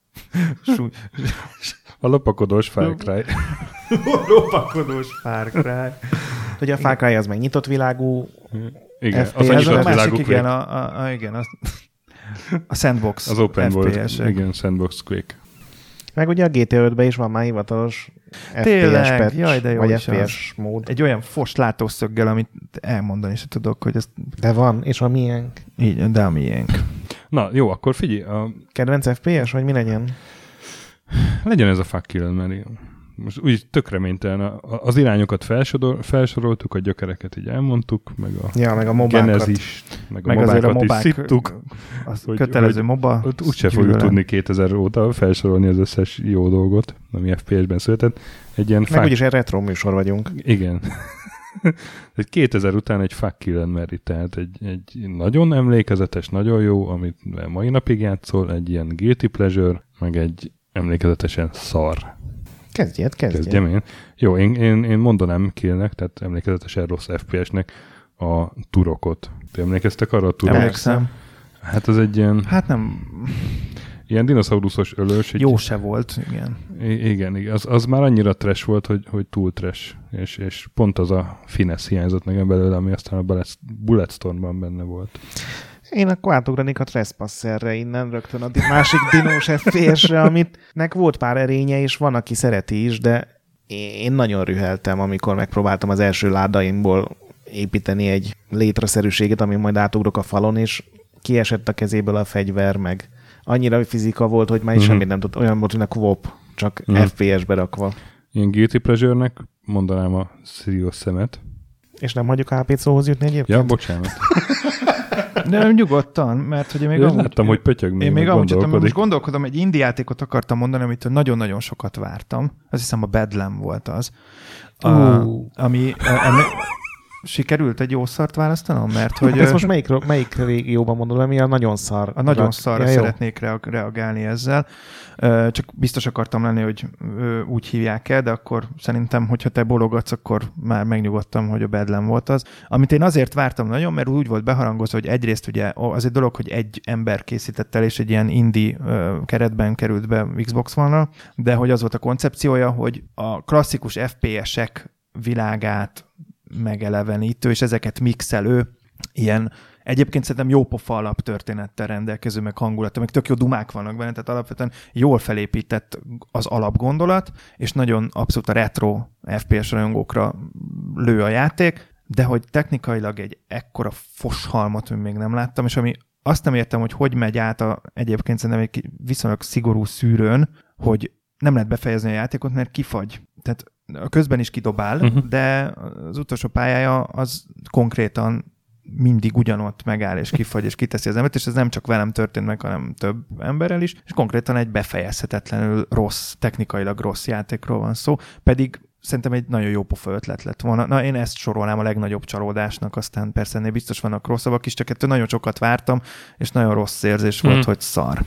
A lopakodós Far Cry. Lopakodós Far Cry. Ugye a Far Cry az meg nyitott világú, Igen, ef pé es, az a Ez a nyitott másik, világú igen, Quake. a, a, a, igen, a, a Sandbox Az Open World, ef pé es-ek. igen, Sandbox Quake. meg ugye a gé té ötben is van már hivatalos ef pé es Tényleg, patch, jaj, de jó vagy is ef pé es mód. Egy olyan fos látószöggel, amit elmondani se tudok, hogy ezt De van, és a miénk. így, de a miénk. Na, jó, akkor figyelj, a, Kedvenc ef pé es, vagy mi legyen? legyen ez a fuck kill, mert most úgy tök reménytelen. Az irányokat felsorol, felsoroltuk, a gyökereket így elmondtuk, meg a Ja, meg a mobákat. genezist, meg a Meg azért a mobákat is mobák, szittuk. az hogy- kötelező hogy- moba. Ott úgyse fogjuk gyűlölem. tudni kétezer óta felsorolni az összes jó dolgot, ami ef pé es-ben született. Egy ilyen Meg fuck... úgyis egy retro műsor vagyunk. Igen. Egy kétezer után egy fuck kill Mary, tehát egy, egy nagyon emlékezetes, nagyon jó, amit mai napig játszol, egy ilyen guilty pleasure, meg egy emlékezetesen szar. Kezdjed, kezdjed. Kezdjem én. Jó, én, én, én mondanám killnek, tehát emlékezetesen rossz ef pé es-nek a turokot. Ti emlékeztek arra a turokra? Emlékszem. Hát az egy ilyen, Hát nem, ilyen dinoszauruszos ölős. Egy, jó se volt, igen. I- igen, igen. Az, az már annyira trash volt, hogy, hogy túl trash. És, és pont az a finesz hiányzott nekem belőle, ami aztán a Bullet- Bulletstormban benne volt. Én akkor átugranék a Trespasserre innen rögtön a di- másik dinós ef pé es-re, amitnek volt pár erénye, és van, aki szereti is, de én nagyon rüheltem, amikor megpróbáltam az első ládaimból építeni egy létraszerűséget, ami majd átugrok a falon, és kiesett a kezéből a fegyver, meg annyira fizika volt, hogy már is Mhm. semmit nem tudott. Olyan volt, mint a Quop, csak Mhm. ef pé es-be rakva. Ilyen guilty pleasure-nek mondanám a Sirius szemet. És nem hagyjuk á pé szóhoz jutni egyébként? Ja, bocsánat. De nyugodtan, mert hogy én még Én amúgy, láttam, hogy pötyög még én még meg amúgy jöttem, gondolkodik. most gondolkodom, egy indie játékot akartam mondani, amitől nagyon-nagyon sokat vártam. Azt hiszem a Bedlam volt az. A, Uh. ami a, a, sikerült egy jó szart választanom, mert hogy... Hát ezt most melyik, melyik régióban mondod, ami a nagyon szar? A nagyon szarra ja, jó. szeretnék rea- reagálni ezzel. Ö, Csak biztos akartam lenni, hogy ö, úgy hívják el, de akkor szerintem, hogyha te bologatsz, akkor már megnyugodtam, hogy a Bedlam volt az. Amit én azért vártam nagyon, mert úgy volt beharangozva, hogy egyrészt ugye az egy dolog, hogy egy ember készített el, és egy ilyen indie ö, keretben került be Xbox One-ra, de hogy az volt a koncepciója, hogy a klasszikus ef pé es-ek világát megelevenítő, és ezeket mixelő, ilyen egyébként szerintem jó pofa alaptörténettel rendelkező, meg hangulata, meg tök jó dumák vannak benne, tehát alapvetően jól felépített az alapgondolat, és nagyon abszolút a retro ef pé es rajongókra lő a játék, de hogy technikailag egy ekkora foshalmot még nem láttam, és ami azt nem értem, hogy hogy megy át a, egyébként szerintem egy viszonylag szigorú szűrőn, hogy nem lehet befejezni a játékot, mert kifagy. Tehát közben is kidobál, uh-huh. de az utolsó pályája az konkrétan mindig ugyanott megáll, és kifagy, és kiteszi az embert, és ez nem csak velem történt meg, hanem több emberrel is, és konkrétan egy befejezhetetlenül rossz, technikailag rossz játékról van szó, pedig szerintem egy nagyon jó pofa ötlet lett volna. Na, én ezt sorolnám a legnagyobb csalódásnak, aztán persze ennél biztos vannak rosszabbak is, csak ettől nagyon sokat vártam, és nagyon rossz érzés volt, mm. hogy szar.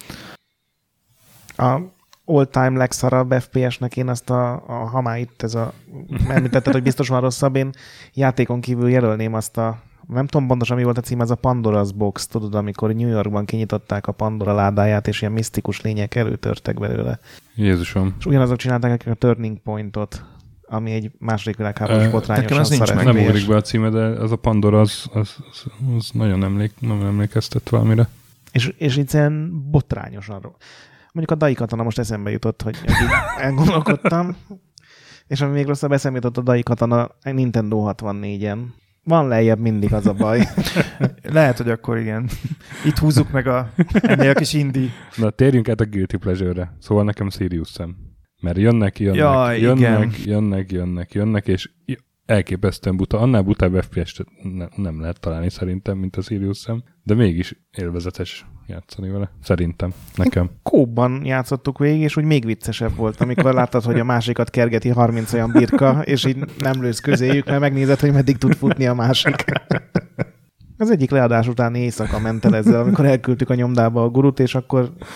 A all-time legszarabb ef pé es-nek én azt a, a ha már itt ez a, említetted, hogy biztos van rosszabb, én játékon kívül jelölném azt a, nem tudom pontosan mi volt a cím, az a Pandora's Box, tudod, amikor New Yorkban kinyitották a Pandora ládáját, és ilyen misztikus lények előtörtek belőle. Jézusom. És ugyanazok csinálták akik a Turning Point-ot, ami egy második világháborús Ö, botrányosan az nincs szar meg. Nem ef pé es. ugrik be a címe, de az a Pandora az, az, az, az nagyon emlék, nem emlékeztet valamire. És, és így ilyen botrányosan rossz. Mondjuk a Dai Katana most eszembe jutott, hogy eddig elgondolkodtam, és ami még rosszabb, eszembe jutott a Dai Katana Nintendo hatvannégyen. Van lejjebb mindig, az a baj. Lehet, hogy akkor igen. Itt húzzuk meg a, ennél a kis indie. Na, térjünk át a Guilty Pleasure-re. Szóval nekem Sirius Sam. Mert jönnek, jönnek, Jaj, jönnek, igen. jönnek, jönnek, jönnek, és elképesztően buta. Annál butább ef pé es-t ne, nem lehet találni szerintem, mint a Sirius Sam, de mégis élvezetes játszani vele. Szerintem. Nekem. Kóban játszottuk végig, és úgy még viccesebb volt, amikor láttad, hogy a másikat kergeti harminc olyan birka, és így nem lősz közéjük, mert megnézed, hogy meddig tud futni a másik. Az egyik leadás utáni éjszaka ment el ezzel, amikor elküldtük a nyomdába a gurut, és akkor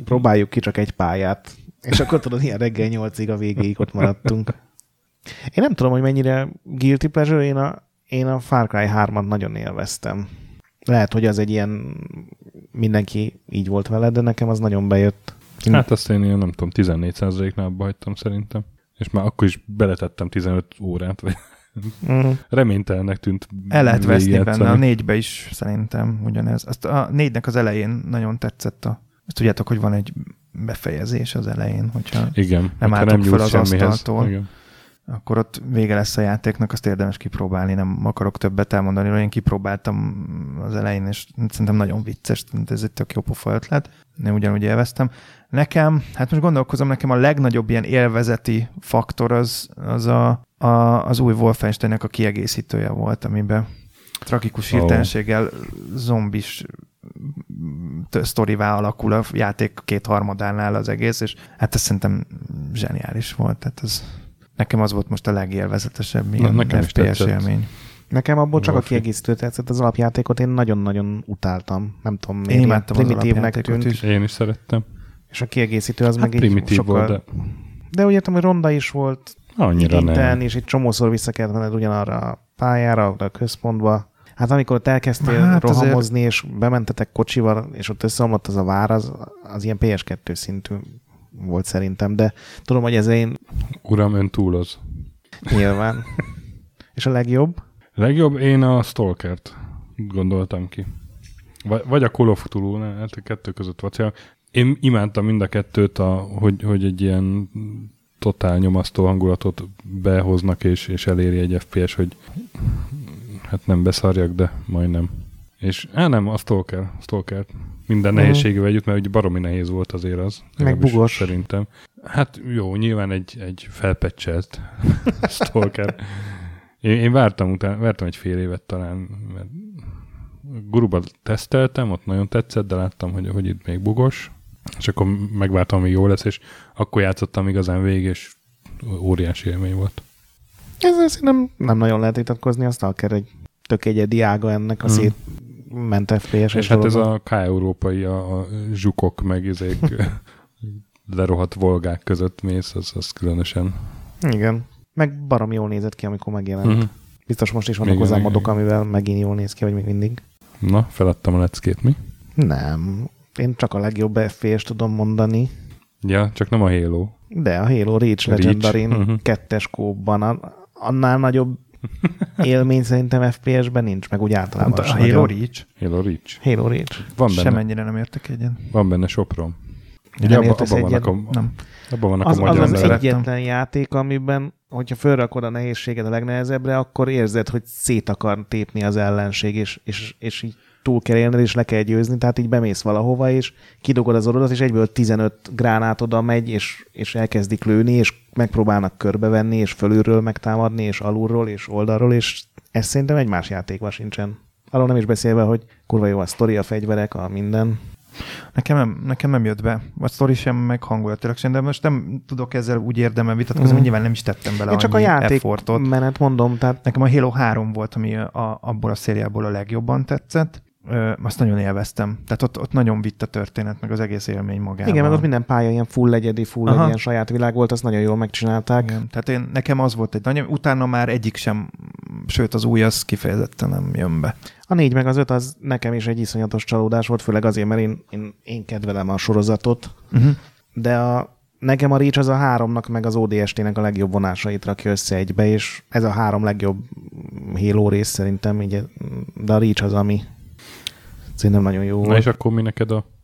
próbáljuk ki csak egy pályát. És akkor tudod, ilyen reggel nyolcig a végéig ott maradtunk. Én nem tudom, hogy mennyire guilty pleasure, én a, én a Far Cry hármat nagyon élveztem. Lehet, hogy az egy ilyen mindenki így volt vele, de nekem az nagyon bejött. Hát azt én ilyen, nem tudom, tizennégy százaléknál abba hagytam szerintem. És már akkor is beletettem tizenöt órát, vagy uh-huh. reménytelennek tűnt. El lehet veszni benne, a négybe is szerintem ugyanez. Azt a négynek az elején nagyon tetszett a... Azt tudjátok, hogy van egy befejezés az elején, hogyha igen, nem álltok álltok fel az asztaltól. Igen. Akkor ott vége lesz a játéknak, azt érdemes kipróbálni, nem akarok többet elmondani, hogy én kipróbáltam az elején, és szerintem nagyon vicces, ez egy tök jó pofa ötlet, én ugyanúgy élveztem. Nekem, hát most gondolkozom, nekem a legnagyobb ilyen élvezeti faktor az, az a, a, az új Wolfensteinnek a kiegészítője volt, amiben tragikus hirtelenséggel zombis sztorivá alakul a játék kétharmadánál az egész, és hát ez szerintem zseniális volt, tehát ez nekem az volt most a legélvezetesebb ilyen Na, ef pé es élmény. Nekem abból csak Wolfi. A kiegészítő tetszett, az alapjátékot én nagyon-nagyon utáltam. Nem tudom, miért én imádtam primitívnek tűnt. Is. Én is szerettem. És a kiegészítő az hát meg így sokkal... volt, de... De úgy értem, hogy ronda is volt. Annyira nem. És egy csomószor vissza kellett menned ugyanarra a pályára, a központba. Hát amikor ott elkezdtél hát rohamozni, azért... és bementetek kocsival, és ott összeomlott az a vár, az, az ilyen pé es kettő szintű volt szerintem, de tudom, hogy ez én... Uram, ön túloz. Nyilván. És a legjobb? A legjobb én a Stalkert gondoltam ki. Vagy a Call of Cthulhu, hát a kettő között vagy. Én imádtam mind a kettőt, a, hogy, hogy egy ilyen totál nyomasztó hangulatot behoznak, és, és eléri egy ef pé es, hogy hát nem beszarjak, de majdnem. És á nem, a Stalker, Stalker. Minden uh-huh. nehézségével együtt, mert ugye baromi nehéz volt azért az. Meg bugos. Szerintem. Hát jó, nyilván egy, egy felpecselt Stalker. Én, én vártam, után, vártam egy fél évet talán, mert Guruban teszteltem, ott nagyon tetszett, de láttam, hogy, hogy itt még bugos, és akkor megvártam, hogy jó lesz, és akkor játszottam igazán végig, és óriási élmény volt. Ezzel szerintem nem nagyon lehet vitatkozni, a Stalker egy tök egyedi ága ennek a hmm. szétment ef pé es. És hát ez a K-európai, a, a zsukok meg ezek lerohadt volgák között mész, az, az különösen. Igen. Meg barom jól nézett ki, amikor megjelent. Uh-huh. Biztos most is vannak igen, hozzá igen, modok, igen. amivel megint jól néz ki, vagy még mindig. Na, feladtam a leckét, mi? Nem. Én csak a legjobb ef pé es tudom mondani. Ja, csak nem a Halo. De a Halo Reach Legendarin uh-huh. kettes kópban annál nagyobb élmény szerintem ef pé es-ben nincs, meg úgy általában. A Halo nagyobb. Reach? Halo Reach. Halo Reach. Van benne. Semennyire nem értek egyen. Van benne soprom. Ugye nem abban abba vannak a, nem. Abba vannak az, a magyar az az egyetlen játék, amiben, hogyha fölrakod a nehézséged a legnehezebbre, akkor érzed, hogy szét akar tépni az ellenség, és, és, és így túl kell élned, és le kell győzni, tehát így bemész valahova, és kidugod az orodat, és egyből tizenöt gránát oda megy, és, és elkezdik lőni, és megpróbálnak körbevenni, és fölülről megtámadni, és alulról, és oldalról, és ez szerintem egy más játékban sincsen. Arról nem is beszélve, hogy kurva jó a sztori, a fegyverek, a minden. Nekem nem, nekem nem jött be. A sztori sem, meg hangulatilag sem, de most nem tudok ezzel úgy érdemben vitatkozni, mm. hogy nyilván nem is tettem bele. Én csak a játék effortot. menet mondom. Tehát... Nekem a Halo három volt, ami a, abból a szériából a legjobban tetszett. Ö, azt nagyon élveztem. Tehát ott, ott nagyon vitt a történet, meg az egész élmény magában. Igen, meg ott minden pálya ilyen full egyedi, full egy ilyen saját világ volt, azt nagyon jól megcsinálták. Igen. Tehát én, nekem az volt egy nagyon, utána már egyik sem, sőt az új az kifejezetten nem jön be. A négy meg az öt az nekem is egy iszonyatos csalódás volt, főleg azért, mert én, én, én kedvelem a sorozatot, uh-huh. de a, nekem a Reach az a háromnak meg az o dé es té-nek a legjobb vonásait rakja össze egybe, és ez a három legjobb Halo rész szerintem, így, de a Reach az, ami szerintem nagyon jó. Na volt. és akkor mi neked a...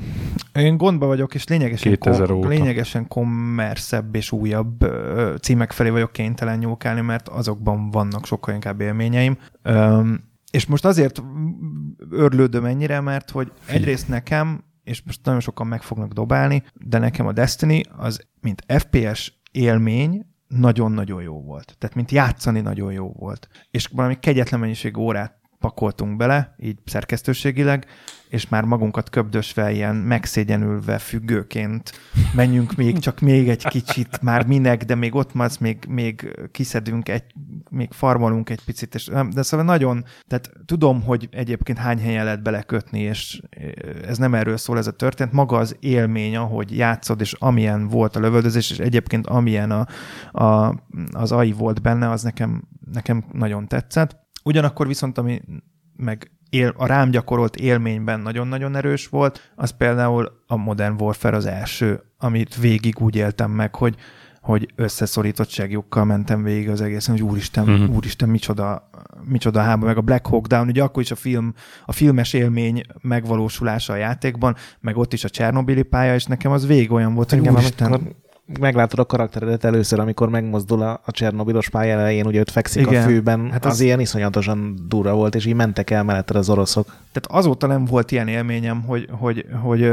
Én gondba vagyok, és lényegesen, kom- óta. lényegesen kommerszebb és újabb ö, címek felé vagyok kénytelen nyúlkálni, mert azokban vannak sokkal inkább élményeim. Öm, és most azért örlődöm ennyire, mert hogy egyrészt nekem, és most nagyon sokan meg fognak dobálni, de nekem a Destiny az, mint ef pé es élmény, nagyon-nagyon jó volt. Tehát, mint játszani nagyon jó volt. És valami kegyetlen mennyiség órát pakoltunk bele, így szerkesztőségileg, és már magunkat köbdösve, ilyen megszégyenülve, függőként menjünk még, csak még egy kicsit, már minek, de még ott maradsz, még, még kiszedünk, egy, még farmolunk egy picit, és, de szóval nagyon, tehát tudom, hogy egyébként hány helyen lehet belekötni, és ez nem erről szól ez a történet, maga az élmény, ahogy játszod, és amilyen volt a lövöldözés, és egyébként amilyen a, a, az á i volt benne, az nekem, nekem nagyon tetszett. Ugyanakkor viszont, ami meg él, a rám gyakorolt élményben nagyon-nagyon erős volt, az például a Modern Warfare az első, amit végig úgy éltem meg, hogy, hogy összeszorítottságjukkal mentem végig az egészen, hogy úristen, uh-huh. úristen, micsoda, micsoda háború, meg a Black Hawk Down, ugye akkor is a, film, a filmes élmény megvalósulása a játékban, meg ott is a Csernobili pálya, és nekem az végig olyan volt, hogy engem, úristen... Amikor meglátod a karakteredet először, amikor megmozdul a, a Csernobilos pálya elején, ugye ott fekszik Igen, a főben, hát az, az ilyen iszonyatosan durva volt, és így mentek el melletted az oroszok. Tehát azóta nem volt ilyen élményem, hogy, hogy, hogy,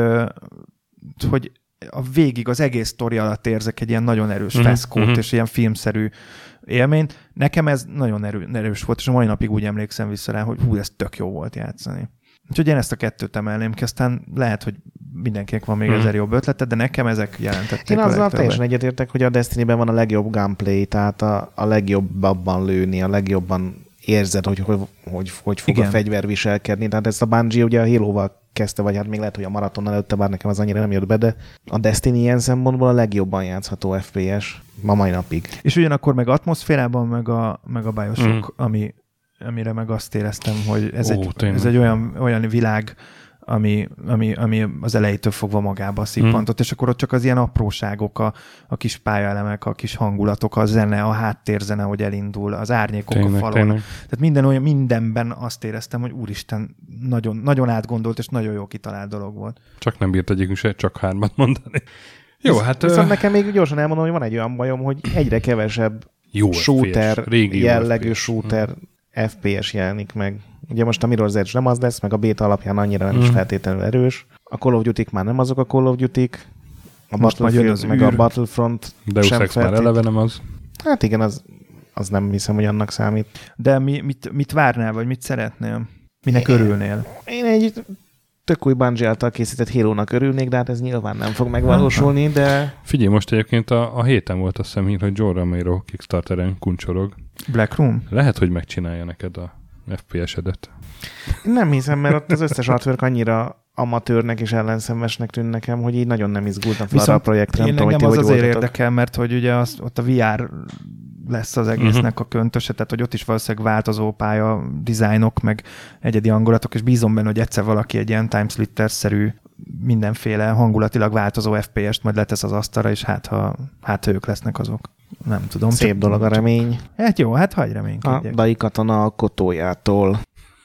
hogy, hogy a végig az egész sztori alatt érzek egy ilyen nagyon erős mm-hmm. feszkót, mm-hmm. és ilyen filmszerű élményt. Nekem ez nagyon erő, erős volt, és a mai napig úgy emlékszem vissza rá, hogy hú, ez tök jó volt játszani. Úgyhogy én ezt a kettőt emelném ki, aztán lehet, hogy mindenkinek van még hmm. ezer jobb ötlete, de nekem ezek jelentették. Én azzal teljesen egyetértek, hogy a Destiny-ben van a legjobb gunplay, tehát a, a legjobban lőni, a legjobban érzed, hogy hogy, hogy, hogy fog Igen. a fegyver viselkedni. Tehát ezt a Bungie ugye a Halo-val kezdte, vagy hát még lehet, hogy a Marathon előtte, bár nekem az annyira nem jött be, de a Destiny ilyen szempontból a legjobban játszható ef pé es ma mai napig. És ugyanakkor meg atmoszférában, meg a, meg a BioShock, mm. ami, amire meg azt éreztem, hogy ez, Ó, egy, ez egy olyan, olyan világ, ami, ami, ami az elejétől fogva magába szippantott, mm. és akkor ott csak az ilyen apróságok, a, a kis pályaelemek, a kis hangulatok, a zene, a háttérzene, hogy elindul, az árnyékok tényleg, a falon. Tényleg. Tehát minden olyan, mindenben azt éreztem, hogy úristen, nagyon, nagyon átgondolt, és nagyon jó kitalált dolog volt. Csak nem bírt egyikünk se, csak hármat mondani. Jó, Visz, hát... Viszont ö... nekem még gyorsan elmondom, hogy van egy olyan bajom, hogy egyre kevesebb jó shooter, jellegű shooter hmm. ef pé es jelenik meg. Ugye most a Mirror's Edge nem az lesz, meg a beta alapján annyira nem mm. is feltétlenül erős. A Call of Duty-k már nem azok a Call of Duty-k. A most Battlefield, meg űr. A Battlefront Deus sem Ex már eleve nem az. Hát igen, az, az nem hiszem, hogy annak számít. De mi, mit, mit várnál, vagy mit szeretnél? Minek én, örülnél? Én egy tök új Bungie által készített Halo-nak örülnék, de hát ez nyilván nem fog megvalósulni, de... Figyelj, most egyébként a, a héten volt azt hiszem hír, hogy John Romero Kickstarteren kuncsorog. Black Room? Lehet, hogy megcsinálja neked a ef pé es-edet. Nem hiszem, mert ott az összes artwork annyira amatőrnek és ellenszenvesnek tűn nekem, hogy így nagyon nem izgultam fel arra a projektre. Én engem az azért érdekel, mert hogy ugye az, ott a vé er lesz az egésznek uh-huh. a köntöse, tehát hogy ott is valószínűleg változó pálya, dizájnok, meg egyedi hangulatok, és bízom benne, hogy egyszer valaki egy ilyen timesplitter-szerű mindenféle hangulatilag változó ef pé est majd letesz az asztalra, és hát ha, hát ha ők lesznek azok. Nem tudom. Szép csak, dolog a remény. Hát jó, hát hagyj reménykedjek. A Dai Katana alkotójától.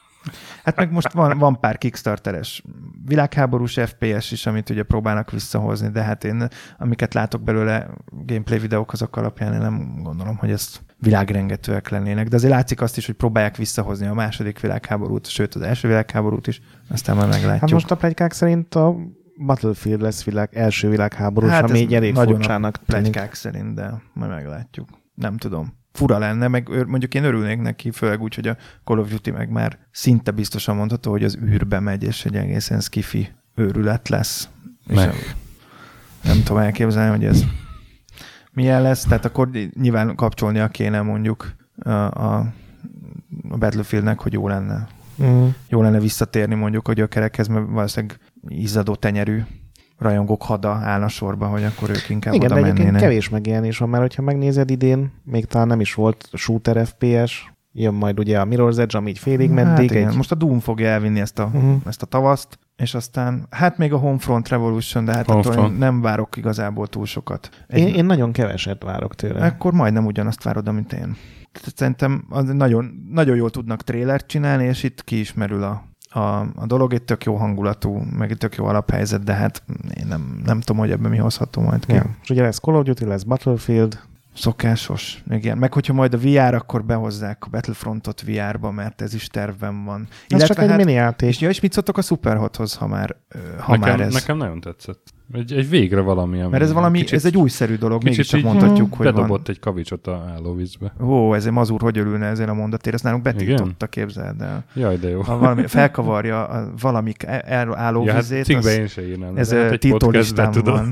Hát meg most van, van pár Kickstarteres világháborús ef pé es is, amit ugye próbálnak visszahozni, de hát én, amiket látok belőle gameplay videók azok alapján, én nem gondolom, hogy ezt világrengetőek lennének. De azért látszik azt is, hogy próbálják visszahozni a második világháborút, sőt az első világháborút is, aztán majd meglátjuk. Hát most a pletykák szerint a Battlefield lesz világ, első világháborús, hát ami egy elég furcsának pletykák szerint, de majd meglátjuk. Nem tudom. Fura lenne, meg mondjuk én örülnék neki, főleg úgy, hogy a Call of Duty meg már szinte biztosan mondható, hogy az űrbe megy, és egy egészen skifi őrület lesz. Meg. És nem tudom elképzelni, hogy ez milyen lesz, tehát akkor nyilván kapcsolnia kéne mondjuk a, a, a Battlefieldnek, hogy jó lenne. Mm. Jó lenne visszatérni mondjuk a gyökerekhez, mert valószínűleg izzadó tenyerű rajongók hada állna sorba, hogy akkor ők inkább igen, oda de mennének. Igen, kevés megjelenés van, mert hogyha megnézed idén, még talán nem is volt shooter ef pé es, jön majd ugye a Mirror's Edge, ami így félig meddig. Hát egy... Most a Doom fogja elvinni ezt a, uh-huh. ezt a tavaszt, és aztán hát még a Homefront Revolution, de hát attól nem várok igazából túl sokat. Egy... Én, én nagyon keveset várok tőle. Akkor majdnem ugyanazt várod, mint én. Szerintem nagyon, nagyon jól tudnak trélert csinálni, és itt kiismerül a A, a dolog, egy tök jó hangulatú, meg egy tök jó alaphelyzet, de hát én nem, nem tudom, hogy ebben mi hozható majd ki. Ja. És ugye lesz Call of Duty, lesz Battlefield. Szokásos. Igen. Meg hogyha majd a vé er, akkor behozzák a Battlefrontot vé er-ba, mert ez is tervben van. Ez illetve csak egy hát, mini játék. És, ja, és mit szóltok a Superhothoz, ha már, ha nekem, már ez? Nekem nagyon tetszett. Egy, egy végre valami. Mert ez valami, kicsit, ez egy újszerű dolog, mégiscsak így mondhatjuk, hogy bedobott van. egy kavicsot a állóvízbe. Ó, ez egy mazur, hogy örülne ezzel a mondatért, ezt nálunk betiltotta, képzeld el. Jaj, de jó. Ha valami felkavarja a valami állóvizét, ja, hát cikkbe én se írnám. Ez hát titolistán van.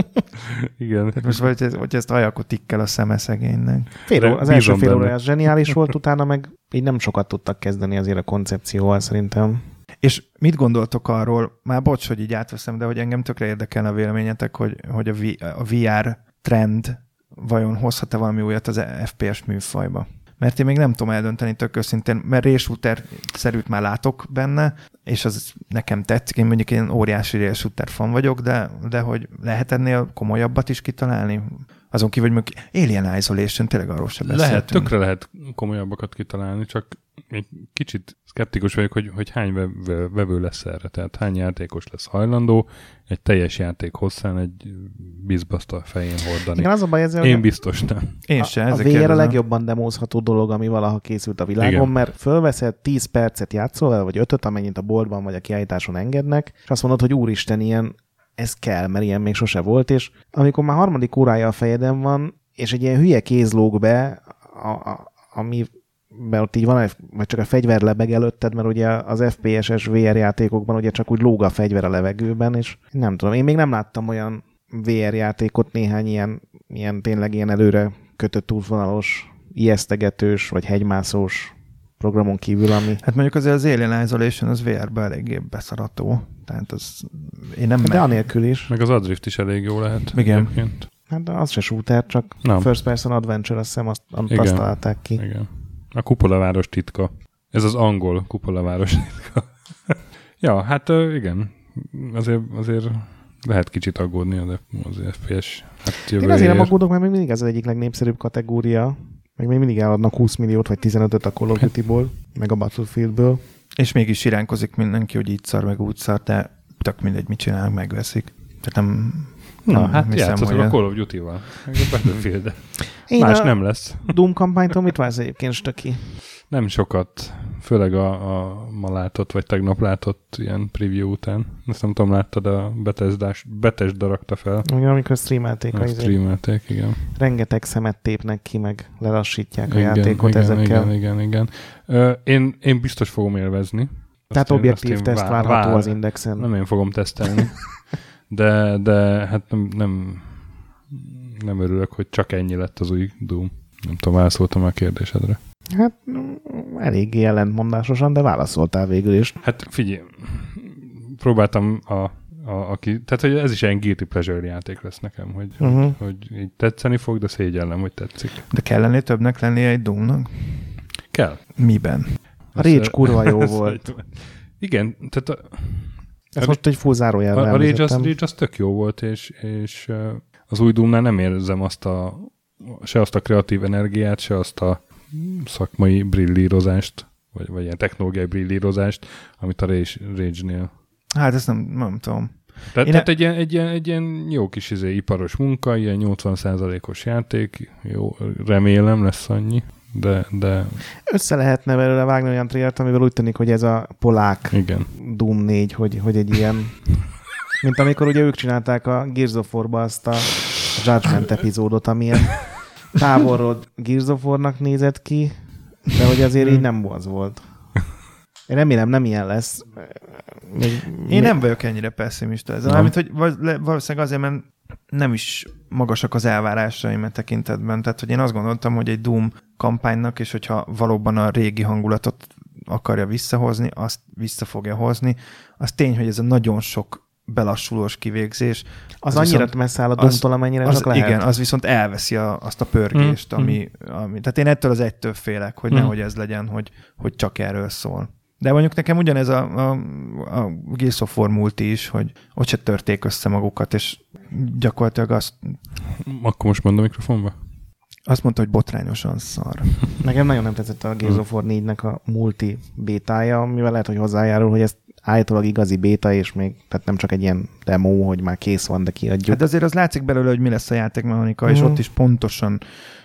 Igen. Tehát most vagy, hogy ezt hallja, akkor tikkel a szeme szegénynek. Fél óra, az első fél óra az zseniális volt, utána meg így nem sokat tudtak kezdeni azért a koncepcióval szerintem. És mit gondoltok arról, már bocs, hogy így átveszem, de hogy engem tökre érdekelne a véleményetek, hogy, hogy a, v, a vé er trend vajon hozhat-e valami újat az ef pé es műfajba? Mert én még nem tudom eldönteni tök őszintén, mert rail shooter szerűt már látok benne, és az nekem tetszik, én mondjuk én óriási rail shooter fan vagyok, de, de hogy lehet ennél komolyabbat is kitalálni? Azon kívül, hogy mondjuk Alien Isolation, tényleg arról sem beszéltünk. Lehet, tökre lehet komolyabbakat kitalálni, csak egy kicsit szkeptikus vagyok, hogy, hogy hány vevő lesz erre, tehát hány játékos lesz hajlandó egy teljes játék hosszán egy bizbaszt a fején hordani. Igen, az a baj ezzel, Én biztos nem. Én se. A, a vé er a legjobban demózható dolog, ami valaha készült a világon, igen. Mert fölveszed tíz percet játszol vele, vagy ötöt, amennyit a boltban vagy a kiállításon engednek, és azt mondod, hogy úristen, ilyen ez kell, mert ilyen még sose volt, és amikor már harmadik órája a fejeden van, és egy ilyen hülye kéz lóg be, a, a, ami mert ott így van, vagy csak a fegyver lebeg előtted, mert ugye az ef pé es-es vé er játékokban ugye csak úgy lóg a fegyver a levegőben, és nem tudom, én még nem láttam olyan vé er játékot, néhány ilyen, ilyen tényleg ilyen előre kötött útvonalos, ijesztegetős, vagy hegymászós programon kívül, ami... Hát mondjuk azért az Alien Isolation az vé er-ben eléggé beszarató. Tehát az... Én nem de anélkül is. Meg az Adrift is elég jó lehet. Igen. Egyébként. Hát az se shooter, csak nem. First Person Adventure, azt hiszem, azt, azt találták ki. Igen. A Kupolaváros titka. Ez az angol Kupolaváros titka. Ja, hát igen. Azért, azért lehet kicsit aggódni az, az ef pé es. Hát én azért nem aggódok, mert még mindig ez az egyik legnépszerűbb kategória. Meg még mindig eladnak húsz milliót vagy tizenötöt a Call of Duty-ból, meg a Battlefieldből. És mégis iránkozik mindenki, hogy így szar, meg úgy szar, de tök mindegy, mit csinálnak, megveszik. Tehát nem... Na, nem hát játszottak a Call of Duty-val. Meg a Battlefield-de. Más nem lesz. Doom kampánytól mit vársz egyébként, Stöki? Nem sokat. Főleg a, a ma látott, vagy tegnap látott ilyen preview után. Ezt nem tudom, láttad, a Bethesda rakta fel. Igen, amikor streamelték. A streamelték, igen. Rengeteg szemet tépnek ki, meg lelassítják igen, a játékot igen, ezekkel. Igen, igen, igen. Ö, én, én biztos fogom élvezni. Tehát azt objektív én, teszt vár, várható vár, az Indexen. Nem én fogom tesztelni. de, de hát nem, nem, nem örülök, hogy csak ennyi lett az új Doom. Nem tudom, válaszoltam a kérdésedre. Hát eléggé ellentmondásosan, de válaszoltál végül is. Hát figyelj, próbáltam a, a, aki, tehát hogy ez is ilyen guilty pleasure játék lesz nekem, hogy, uh-huh. hogy, hogy így tetszeni fog, de szégyellem, hogy tetszik. De kellene többnek lennie egy Doomnak? Kell. Miben? A Rage kurva jó volt. Igen, tehát a, ez a, most egy full zárójelben A, a Rage, az, Rage az tök jó volt, és, és az új Doomnál nem érzem azt a, se azt a kreatív energiát, se azt a szakmai brillírozást, vagy, vagy ilyen technológiai brillírozást, amit a Rage-nél. Hát ezt nem, nem tudom. Te, tehát egy ilyen, egy, ilyen, egy ilyen jó kis izé, iparos munka, ilyen nyolcvan százalékos játék, jó, remélem lesz annyi, de, de... Össze lehetne belőle vágni olyan trailert, amivel úgy tűnik, hogy ez a polák igen. Doom négy, hogy, hogy egy ilyen... Mint amikor ugye ők csinálták a Gears of War-ba azt a Judgment epizódot, amilyen távolról Gears of War-nak nézett ki, de hogy azért így nem az volt. Én remélem nem ilyen lesz. Még, Én még... nem vagyok ennyire pessimista ezzel. Amit, hogy valószínűleg azért, mert nem is magasak az elvárásaim tekintetben. Tehát, hogy én azt gondoltam, hogy egy Doom kampánynak, és hogyha valóban a régi hangulatot akarja visszahozni, azt vissza fogja hozni. Az tény, hogy ez a nagyon sok belassulós kivégzés. Az, az annyira viszont, messze áll a Doomtól, amennyire az, csak lehet. Igen, az viszont elveszi a, azt a pörgést, mm. ami, ami... Tehát én ettől az egytől félek, hogy mm. nehogy ez legyen, hogy, hogy csak erről szól. De mondjuk nekem ugyanez a, a, a Gears of War multi is, hogy ott se törték össze magukat, és gyakorlatilag azt... Akkor most mondom a mikrofonba? Azt mondta, hogy botrányosan szar. Nekem nagyon nem tetszett a Gears of War négynek a multi bétája, mivel lehet, hogy hozzájárul, hogy ez állítólag igazi béta, és még, tehát nem csak egy ilyen demo, hogy már kész van, de kiadjuk. Hát azért az látszik belőle, hogy mi lesz a játékmechanika, uh-huh. és ott is pontosan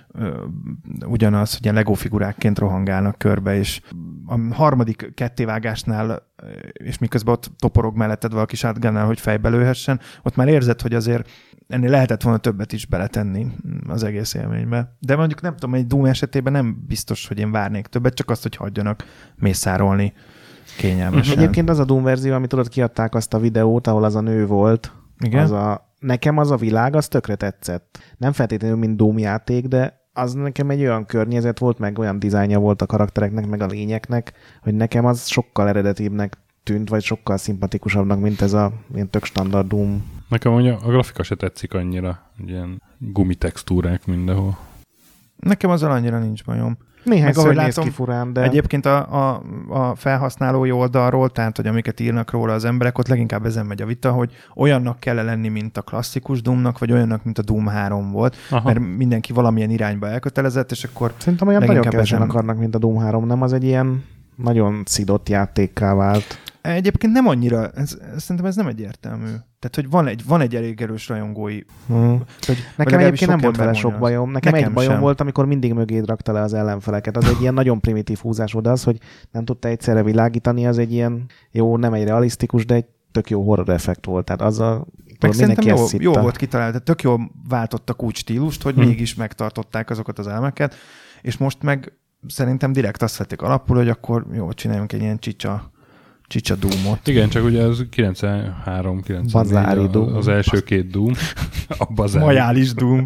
ö, ugyanaz, hogy ilyen Lego figurákként rohangálnak körbe, és a harmadik kettévágásnál, és miközben ott toporog melletted valaki shotgunnal, hogy fejbe lőhessen, ott már érzed, hogy azért ennél lehetett volna többet is beletenni az egész élménybe. De mondjuk nem tudom, egy Doom esetében nem biztos, hogy én várnék többet, csak azt, hogy hagyjanak mészárolni kényelmesen. Egyébként az a Doom verzió, amit tudod, kiadták azt a videót, ahol az a nő volt, igen? Az a, nekem az a világ, az tökre tetszett. Nem feltétlenül, mint Doom játék, de az nekem egy olyan környezet volt, meg olyan dizájnja volt a karaktereknek, meg a lényeknek, hogy nekem az sokkal eredetibbnek tűnt, vagy sokkal szimpatikusabbnak, mint ez a ilyen tök standard Doom. Nekem ugye a grafika se tetszik annyira, ilyen gumitextúrák mindenhol. Nekem azzal annyira nincs bajom. Néhányszor néz ki furán, de... Egyébként a, a, a felhasználói oldalról, tehát, hogy amiket írnak róla az emberek, ott leginkább ezen megy a vita, hogy olyannak kell lenni, mint a klasszikus Doomnak, vagy olyannak, mint a Doom három volt, aha. Mert mindenki valamilyen irányba elkötelezett, és akkor szerintem olyan nagyon kevesen ezen... akarnak, mint a Doom három, nem? Az egy ilyen nagyon szidott játékká vált. Egyébként nem annyira, ez, szerintem ez nem egyértelmű. Tehát, hogy van egy, van egy elég erős rajongói. Hmm. Hogy, nekem egyébként nem volt vele sok bajom. Nekem, nekem egy bajom sem. volt, amikor mindig mögéd rakta le az ellenfeleket. Az egy ilyen nagyon primitív húzás volt, az, hogy nem tudta egyszerre világítani, az egy ilyen jó, nem egy realisztikus, de egy tök jó horror effekt volt. Tehát azzal meg szerintem jó, jó volt kitalált. Tehát tök jól váltottak úgy stílust, hogy hmm. mégis megtartották azokat az elemeket, és most meg szerintem direkt azt vették alapul, hogy akkor jó, csináljunk egy ilyen csicsa Csicsa Doomot. Igen, csak ugye az kilencvenhárom kilencvennégy az, az első két Doom. A bazári. Majális Doom.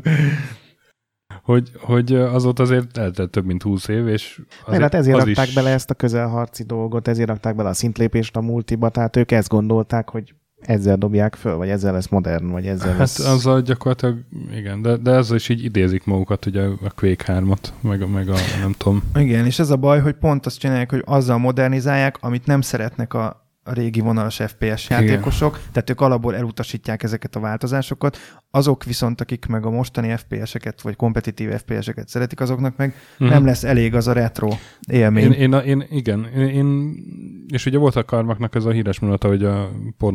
hogy, hogy azóta azért eltelt több mint húsz év, és azért, hát ezért rakták is... bele ezt a közelharci dolgot, ezért rakták bele a szintlépést a multiba, tehát ők ezt gondolták, hogy ezzel dobják föl, vagy ezzel lesz modern, vagy ezzel hát lesz... Hát azzal gyakorlatilag, igen, de, de ezzel is így idézik magukat, ugye a Quake hármat, meg, meg a nem tudom. Igen, és ez a baj, hogy pont azt csinálják, hogy azzal modernizálják, amit nem szeretnek a a régi vonalas ef pé es játékosok, igen. Tehát ők alapból elutasítják ezeket a változásokat. Azok viszont, akik meg a mostani ef pé eseket, vagy kompetitív ef pé eseket szeretik, azoknak meg uh-huh. nem lesz elég az a retro élmény. Én, én, én igen, én, én, és ugye volt a Karmaknak ez a híres mondata, hogy a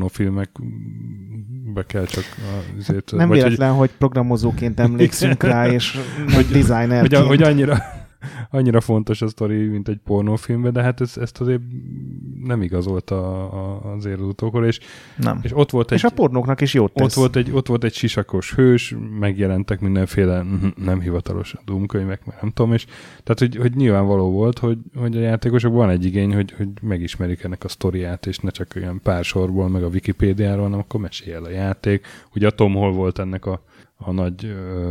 pornófilmekbe kell csak azért... Nem véletlen, hogy... hogy programozóként emlékszünk rá, és nem designerként. Hogy, hogy annyira... annyira fontos a sztori, mint egy pornófilmben, de hát ez, ezt azért nem igazolta azért az utókor, és, nem. és ott volt egy... És a pornóknak is jót tesz. Ott volt egy, ott volt egy sisakos hős, megjelentek mindenféle nem hivatalos Doom-könyvek, mert nem tudom, és tehát, hogy, hogy nyilvánvaló volt, hogy, hogy a játékosok van egy igény, hogy, hogy megismerik ennek a sztoriát, és ne csak olyan pár sorból, meg a Wikipédiáról, hanem akkor mesélj el a játék. Ugye a Tom Hall volt ennek a, a nagy... Ö,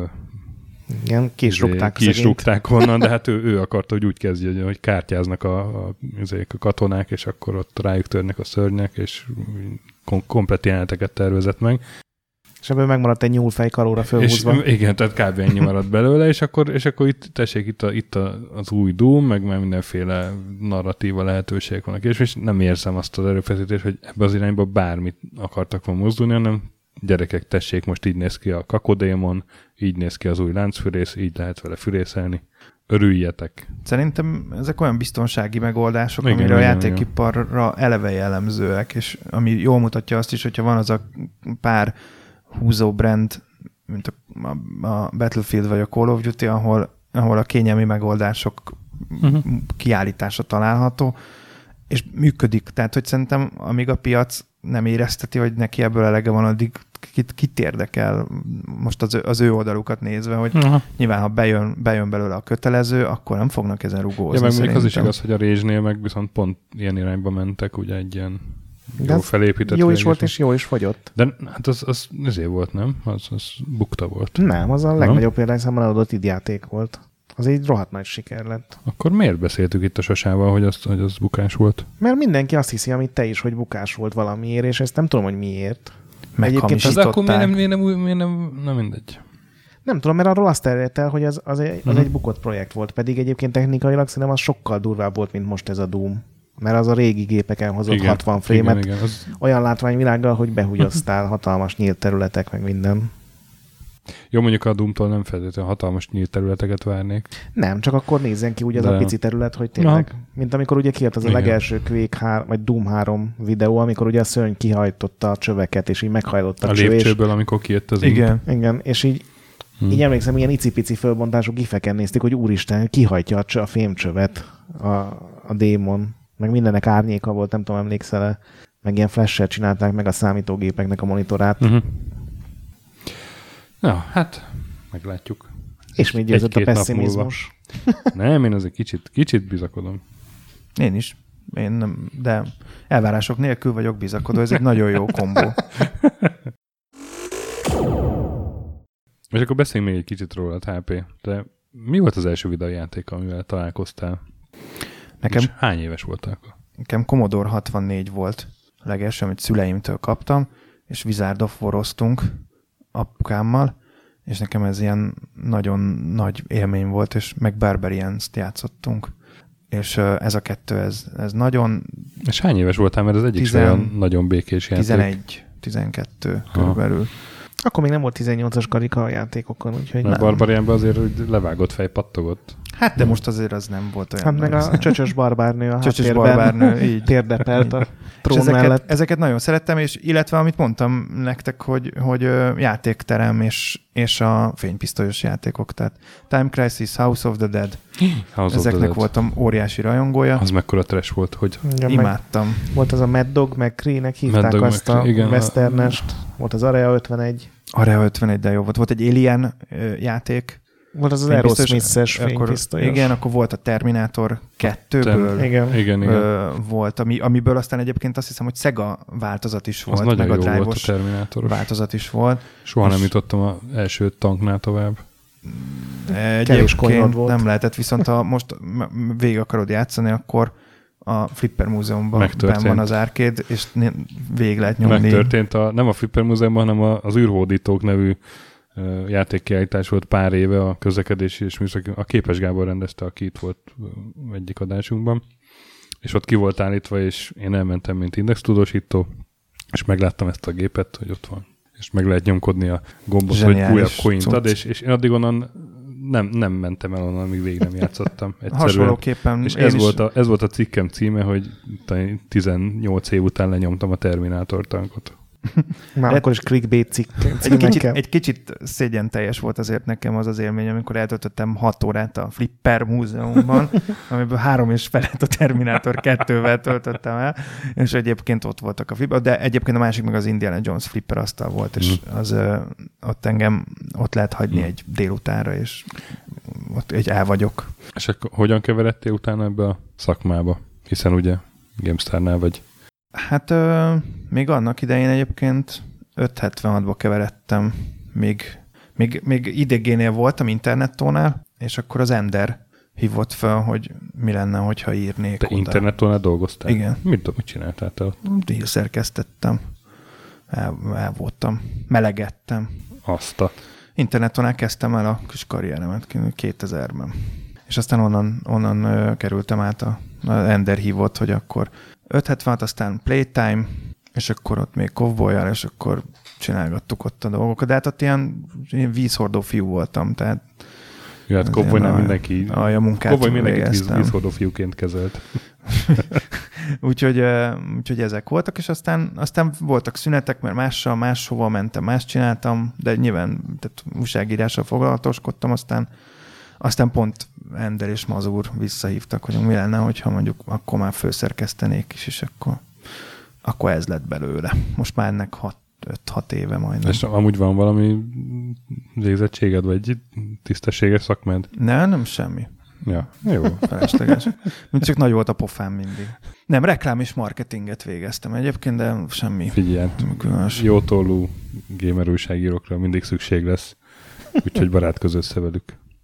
igen, ki is rúgták Ki is rúgták onnan, de hát ő, ő akarta, hogy úgy kezdje, hogy kártyáznak a, a, a katonák, és akkor ott rájuk törnek a szörnyek, és kom- komplet jeleneteket tervezett meg. És ebből megmaradt egy nyúlfej karóra fölhúzva. És, igen, tehát kb. Ennyi maradt belőle, és akkor, és akkor itt, tessék, itt, a, itt a, az új Doom, meg már mindenféle narratíva lehetőségek vannak, és, és nem érzem azt az erőfeszítést, hogy ebbe az irányba bármit akartak volna mozdulni, hanem gyerekek, tessék, most így néz ki a kakodémon, így néz ki az új láncfűrész, így lehet vele fűrészelni. Örüljetek. Szerintem ezek olyan biztonsági megoldások, igen, amire igen, a játékiparra eleve jellemzőek, és ami jól mutatja azt is, hogyha van az a pár húzó brand, mint a, a Battlefield vagy a Call of Duty, ahol, ahol a kényelmi megoldások uh-huh. kiállítása található, és működik. Tehát, hogy szerintem amíg a piac nem érezteti, hogy neki ebből elege van, addig kit, kit érdekel most az ő, az ő oldalukat nézve, hogy uh-huh. nyilván, ha bejön, bejön belőle a kötelező, akkor nem fognak ezen rugózni. Ja, meg még az is igaz, hogy a Rage-nél meg viszont pont ilyen irányba mentek, ugye egy ilyen jó felépített. Jó is volt, és jó is fogyott. De hát az, az azért volt, nem? Az, az bukta volt. Nem, az a legnagyobb példányszámban eladott idjáték volt. Az egy rohadt nagy siker lett. Akkor miért beszéltük itt a Sasával, hogy az, hogy az bukás volt? Mert mindenki azt hiszi, amit te is, hogy bukás volt valamiért, és ezt nem tudom, hogy miért. Meghamisították. De akkor miért nem, miért nem, miért nem, nem mindegy. Nem tudom, mert arról azt terjedt el, hogy az, az, egy, az uh-huh. egy bukott projekt volt, pedig egyébként technikailag szerintem az sokkal durvább volt, mint most ez a Doom. Mert az a régi gépeken hozott igen, hatvan frémet, igen, igen, az... olyan látványvilággal, hogy behugyoztál hatalmas nyílt területek, meg minden. Jó, mondjuk a Doom-tól nem feltétlenül hatalmas nyílt területeket várnék. Nem, csak akkor nézzen ki úgy az de... a pici terület, hogy tényleg, na. Mint amikor ugye kijött az igen. a legelső Quake három, vagy Doom három videó, amikor ugye a szörny kihajtotta a csöveket, és így meghajlotta a, a cső. A lépcsőből, és... amikor kijött az igen. Igen, és így Hmm. Így emlékszem, ilyen icipici fölbontású gifeken nézték, hogy úristen, kihajtja a, csö, a fémcsövet a, a démon. Meg mindennek árnyéka volt, nem tudom, emlékszel-e. Meg ilyen flash-sel csinálták meg a számítógépeknek a monitorát. Uh-huh. Ja, hát meglátjuk. És még győzött a pessimizmus. Nem, én azért kicsit, kicsit bizakodom. Én is. Én nem, de elvárások nélkül vagyok bizakodó. Ez egy nagyon jó kombó. És akkor beszéljünk még egy kicsit rólad, há pé. De mi volt az első videójáték, amivel találkoztál? Nekem, és hány éves voltál akkor? Nekem Commodore hatvannégy volt a legelső, amit szüleimtől kaptam, és Wizard of War-oztunk apukámmal, és nekem ez ilyen nagyon nagy élmény volt, és meg Barbarians-t játszottunk. És ez a kettő, ez, ez nagyon... És hány éves voltál, mert az egyik tizen... olyan nagyon békés játék. tizenegy, tizenkettő körülbelül. Akkor még nem volt tizennyolcas karika a játékokon, úgyhogy nem. A Barbarianban azért úgy levágott fej pattogott. Hát de hmm. most azért az nem volt olyan. Hát meg a csöcsös barbárnő a csöcsös barbárnő, így. térdepelt a trón ezeket, mellett. Ezeket nagyon szerettem, és illetve amit mondtam nektek, hogy, hogy játékterem és, és a fénypisztolyos játékok, tehát Time Crisis, House of the Dead. House Ezeknek of the Dead. Voltam óriási rajongója. Az mekkora trash volt, hogy ja, imádtam. Volt az a Mad Dog, meg Cree-nek hívták Dog, azt a igen, westernest. Volt az Area ötvenegy. Area ötvenegy, de jó volt. Volt egy Alien játék. Volt az az Aerosmith-es fénypisztolyos. Igen, akkor volt a Terminator kettőből. Igen. igen, igen. Ö, volt, ami, amiből aztán egyébként azt hiszem, hogy Sega változat is volt. Az meg nagyon a jó volt a Terminator. Változat is volt. Soha nem jutottam az első tanknál tovább. Egyébként volt. Nem lehetett, viszont ha most végig akarod játszani, akkor a Flipper Múzeumban benn van az arcade, és végig lehet nyomni. Megtörtént a, nem a Flipper Múzeumban, hanem az űrhódítók nevű játékkiállítás volt pár éve a közlekedési és műszaki. A Képes Gábor rendezte, aki itt volt egyik adásunkban, és ott ki volt állítva, és én elmentem, mint indextudósító, és megláttam ezt a gépet, hogy ott van. És meg lehet nyomkodni a gombot, hogy újabb coint ad, és, és én addig onnan nem, nem mentem el onnan, amíg végig nem játszottam. Egyszerűen. Hasonlóképpen. És ez volt, a, ez volt a cikkem címe, hogy tizennyolc év után lenyomtam a Terminátor tankot. Már akkor is clickbait cikk. Egy kicsit, egy kicsit szégyen teljes volt azért nekem az az élmény, amikor eltöltöttem hat órát a Flipper Múzeumban, amiből három és felet a Terminator kettővel töltöttem el, és egyébként ott voltak a Flipper, de egyébként a másik meg az Indiana Jones Flipper asztal volt, és az ott engem ott lehet hagyni egy délutánra, és ott egy el vagyok. És akkor hogyan keveredtél utána ebbe a szakmába? Hiszen ugye GameStar-nál vagy. Hát ö, még annak idején egyébként ötszázhetvenhatba keveredtem, még, még, még idégénél voltam internettónál, és akkor az Ender hívott fel, hogy mi lenne, hogyha írnék Te oda. internettónál dolgoztál? Igen. Mit, mit csináltál te ott? Hírszerkesztettem. El, el voltam. Melegettem. Azt a... Internettónál kezdtem el a kis karrieremet kétezerben. És aztán onnan, onnan ö, kerültem át a, a Ender hívott, hogy akkor ötszázhetvenhat, aztán Playtime, és akkor ott még Cowboy-jal, és akkor csinálgattuk ott a dolgokat. De hát ott ilyen, ilyen vízhordó fiú voltam, tehát... Jó, hát Cowboy-nál mindenki... A munkát Cowboy mindenkit víz, vízhordó fiúként kezelt. úgyhogy, úgyhogy ezek voltak, és aztán, aztán voltak szünetek, mert mással, máshova mentem, más csináltam, de nyilván tehát újságírással foglalatoskodtam, aztán Aztán pont Ender és Mazur visszahívtak, hogy mi lenne, hogyha mondjuk akkor már főszerkesztenék is, és akkor, akkor ez lett belőle. Most már ennek öt-hat éve majdnem. És amúgy van valami végzettséged, vagy tisztességes szakmád? Nem, nem semmi. Ja, jó. Felesleges. Mint csak nagy volt a pofám mindig. Nem, reklám és marketinget végeztem egyébként, de semmi. Figyelj, jó tollú gamer újságírókra mindig szükség lesz, úgyhogy barátkozz velük.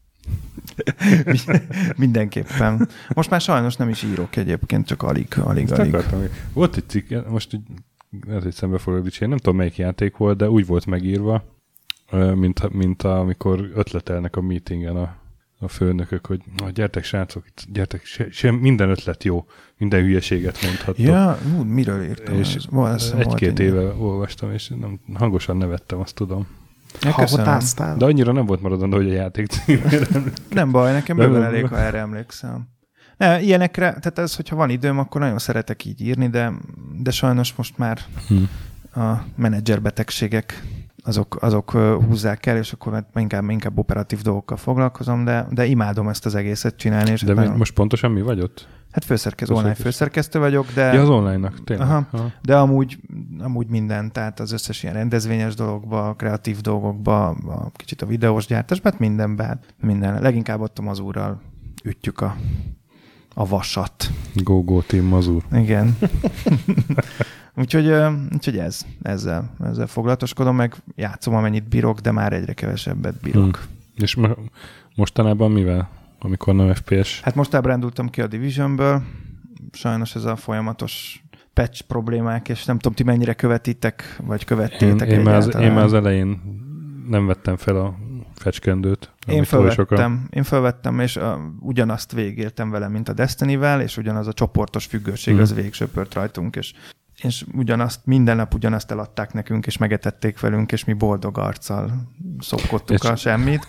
Mindenképpen. Most már sajnos nem is írok egyébként, csak alig, alig, alig. Volt egy cikk, most így, lehet, hogy szembe fogok dicsérni, nem tudom melyik játék volt, de úgy volt megírva, mint, mint amikor ötletelnek a meetingen a, a főnökök, hogy gyertek srácok, gyertek, se, se, minden ötlet jó, minden hülyeséget mondhattok. Ja, ú, miről írtam? És egy-két éve olvastam, és nem, hangosan nevettem, azt tudom. Habotáztál. De annyira nem volt maradandó, hogy a játék címére. Nem baj, nekem bőven elég, ha erre emlékszem. Ne, ilyenekre, tehát ez, hogyha van időm, akkor nagyon szeretek így írni, de, de sajnos most már hm. a menedzserbetegségek azok, azok húzzák el, és akkor inkább, inkább operatív dolgokkal foglalkozom, de, de imádom ezt az egészet csinálni. És de nagyon... most pontosan mi vagy ott? Hát főszerkesztő, online főszerkesztő vagyok, de... Ja, az online-nak, tényleg. Aha, Aha. de amúgy, amúgy minden, tehát az összes ilyen rendezvényes dologba, kreatív dolgokba, a, kicsit a videós gyártásban, hát mindenben, hát minden. Leginkább ott a Mazurral ütjük a, a vasat. Go, go, team Mazur. Igen. úgyhogy, úgyhogy ez, ezzel, ezzel foglalatoskodom, meg játszom, amennyit bírok, de már egyre kevesebbet bírok. Hmm. És mo- mostanában mivel? Amikor nem ef pé es? Hát most ábrándultam ki a Divisionből. Sajnos ez a folyamatos patch problémák, és nem tudom, ti mennyire követitek, vagy követtétek én, én, már az, én már az egyáltalán. elején nem vettem fel a fecskendőt. Én felvettem, én felvettem, és a, ugyanazt végigéltem vele, mint a Destiny-vel, és ugyanaz a csoportos függőség, hmm. az végigsöpört rajtunk, és, és ugyanazt, minden nap ugyanazt eladták nekünk, és megetették velünk, és mi boldog arccal szopkodtuk és a semmit.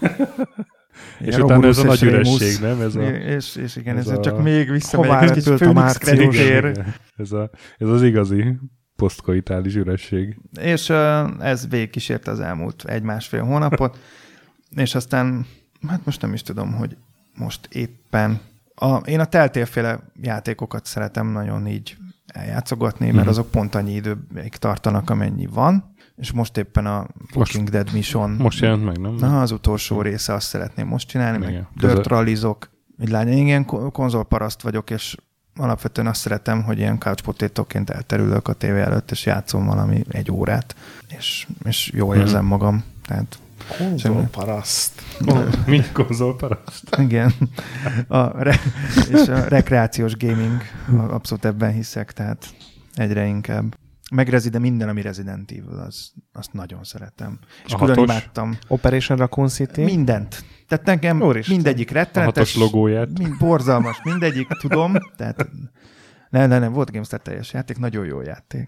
És utána ez a nagy üresség, nem? Ez a, és, és igen, ez ez a... csak még visszamegy Hová egy kis Phoenix kreditér. Ez, a, ez az igazi posztkoitális üresség. És uh, ez végigkísérte az elmúlt egy-másfél hónapot, és aztán, hát most nem is tudom, hogy most éppen a, én a Telltale-féle játékokat szeretem nagyon így eljátszogatni, mert azok pont annyi időig tartanak, amennyi van, és most éppen a Walking Dead Mission. Most jelent meg, nem? Na, az utolsó része, azt szeretném most csinálni, igen. meg dirt rallizok. Így lány, én ilyen konzolparaszt vagyok, és alapvetően azt szeretem, hogy ilyen couch potato-ként elterülök a tévé előtt, és játszom valami egy órát, és, és jól érzem hmm. magam. Tehát konzolparaszt. Mi konzolparaszt? Igen. A re- és a rekreációs gaming abszolút ebben hiszek, tehát egyre inkább. Meg Resident, minden, ami Resident Evil, az, azt nagyon szeretem. És a külön hatos? imádtam. Operation Raccoon City? Mindent. Tehát nekem Úristen. Mindegyik rettenetes. A hatos logóját. Mind, borzalmas, mindegyik, tudom. Tehát nem, nem, nem, volt GameStar teljes játék, nagyon jó játék.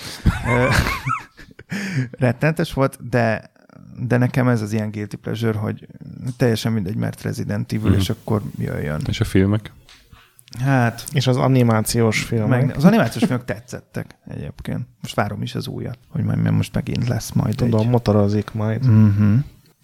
rettenetes volt, de de nekem ez az ilyen guilty pleasure, hogy teljesen mindegy, mert Resident Evil, mm. és akkor jöjjön. És a filmek? Hát... És az animációs filmek? Meg, az animációs filmek tetszettek egyébként. Most várom is az újat, hogy majd most megint lesz majd Tudom, egy... motorozik majd. Mm-hmm.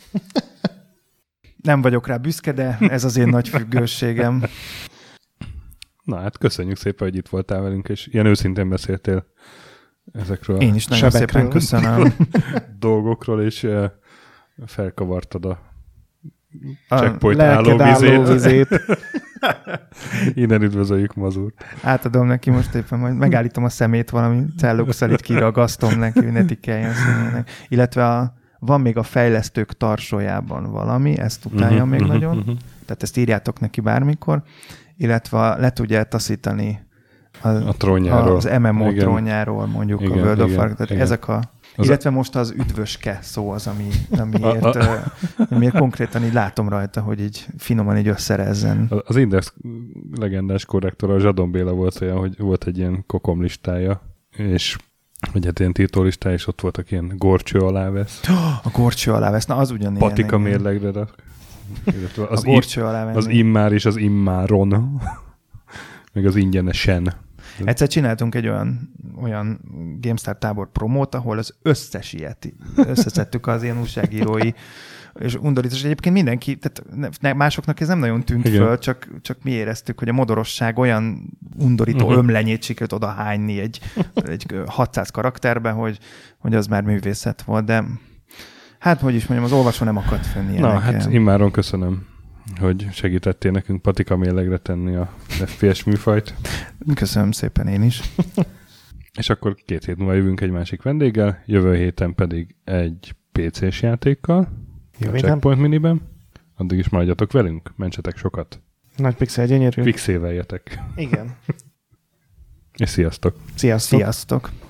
Nem vagyok rá büszke, de ez az én nagy függőségem. Na hát köszönjük szépen, hogy itt voltál velünk, és ilyen őszintén beszéltél ezekről Én is nagyon sebekről. szépen köszönöm. dolgokról, és uh, felkavartad a A checkpoint állóvizét. állóvizét. Innen üdvözöljük Mazurt. Átadom neki most éppen, majd megállítom a szemét, valami celluxalit kiragasztom neki, hogy ne tikkeljen személynek. Illetve a, van még a fejlesztők tarsójában valami, ezt utálja uh-huh, még uh-huh, nagyon, uh-huh. tehát ezt írjátok neki bármikor, illetve le tudja taszítani a, a trónjáról. az em em o igen. trónjáról, mondjuk igen, a World of Warcraft. Tehát ezek a az illetve most az üdvöske szó az, ami, amiért, a, a, amiért konkrétan így látom rajta, hogy így finoman így összerezzen. Az Index legendás korrektor, a Zsadon Béla volt olyan, hogy volt egy ilyen kokom listája, és hogy hát ilyen tiltólistája, és ott voltak ilyen gorcső alá vesz. A gorcső alá vesz, na az ugyanilyen. Patika mérlegre rak. Az, a gorcső alá venni. Az immár és az immáron. Meg az ingyenesen. Egyszer csináltunk egy olyan, olyan GameStar tábor promót, ahol az összes ilyet összeszedtük az ilyen újságírói, és undorítás. Egyébként mindenki, tehát másoknak ez nem nagyon tűnt igen. föl, csak, csak mi éreztük, hogy a modorosság olyan undorító uh-huh. ömlenyét sikerült oda hányni egy, egy hatszáz karakterbe, hogy, hogy az már művészet volt, de hát, hogy is mondjam, az olvasó nem akadt fönn ilyenekkel. Na, hát immáron köszönöm, hogy segítettél nekünk patika mérlegre tenni a ef pé es műfajt. Köszönöm szépen én is. És akkor két hét múlva jövünk egy másik vendéggel, jövő héten pedig egy pé cés játékkal, a Checkpoint Miniben. Addig is maradjatok velünk, mentsetek sokat. Nagy pixel gyönyörű. Pixelveljetek. Igen. És sziasztok. Sziasztok. Sziasztok.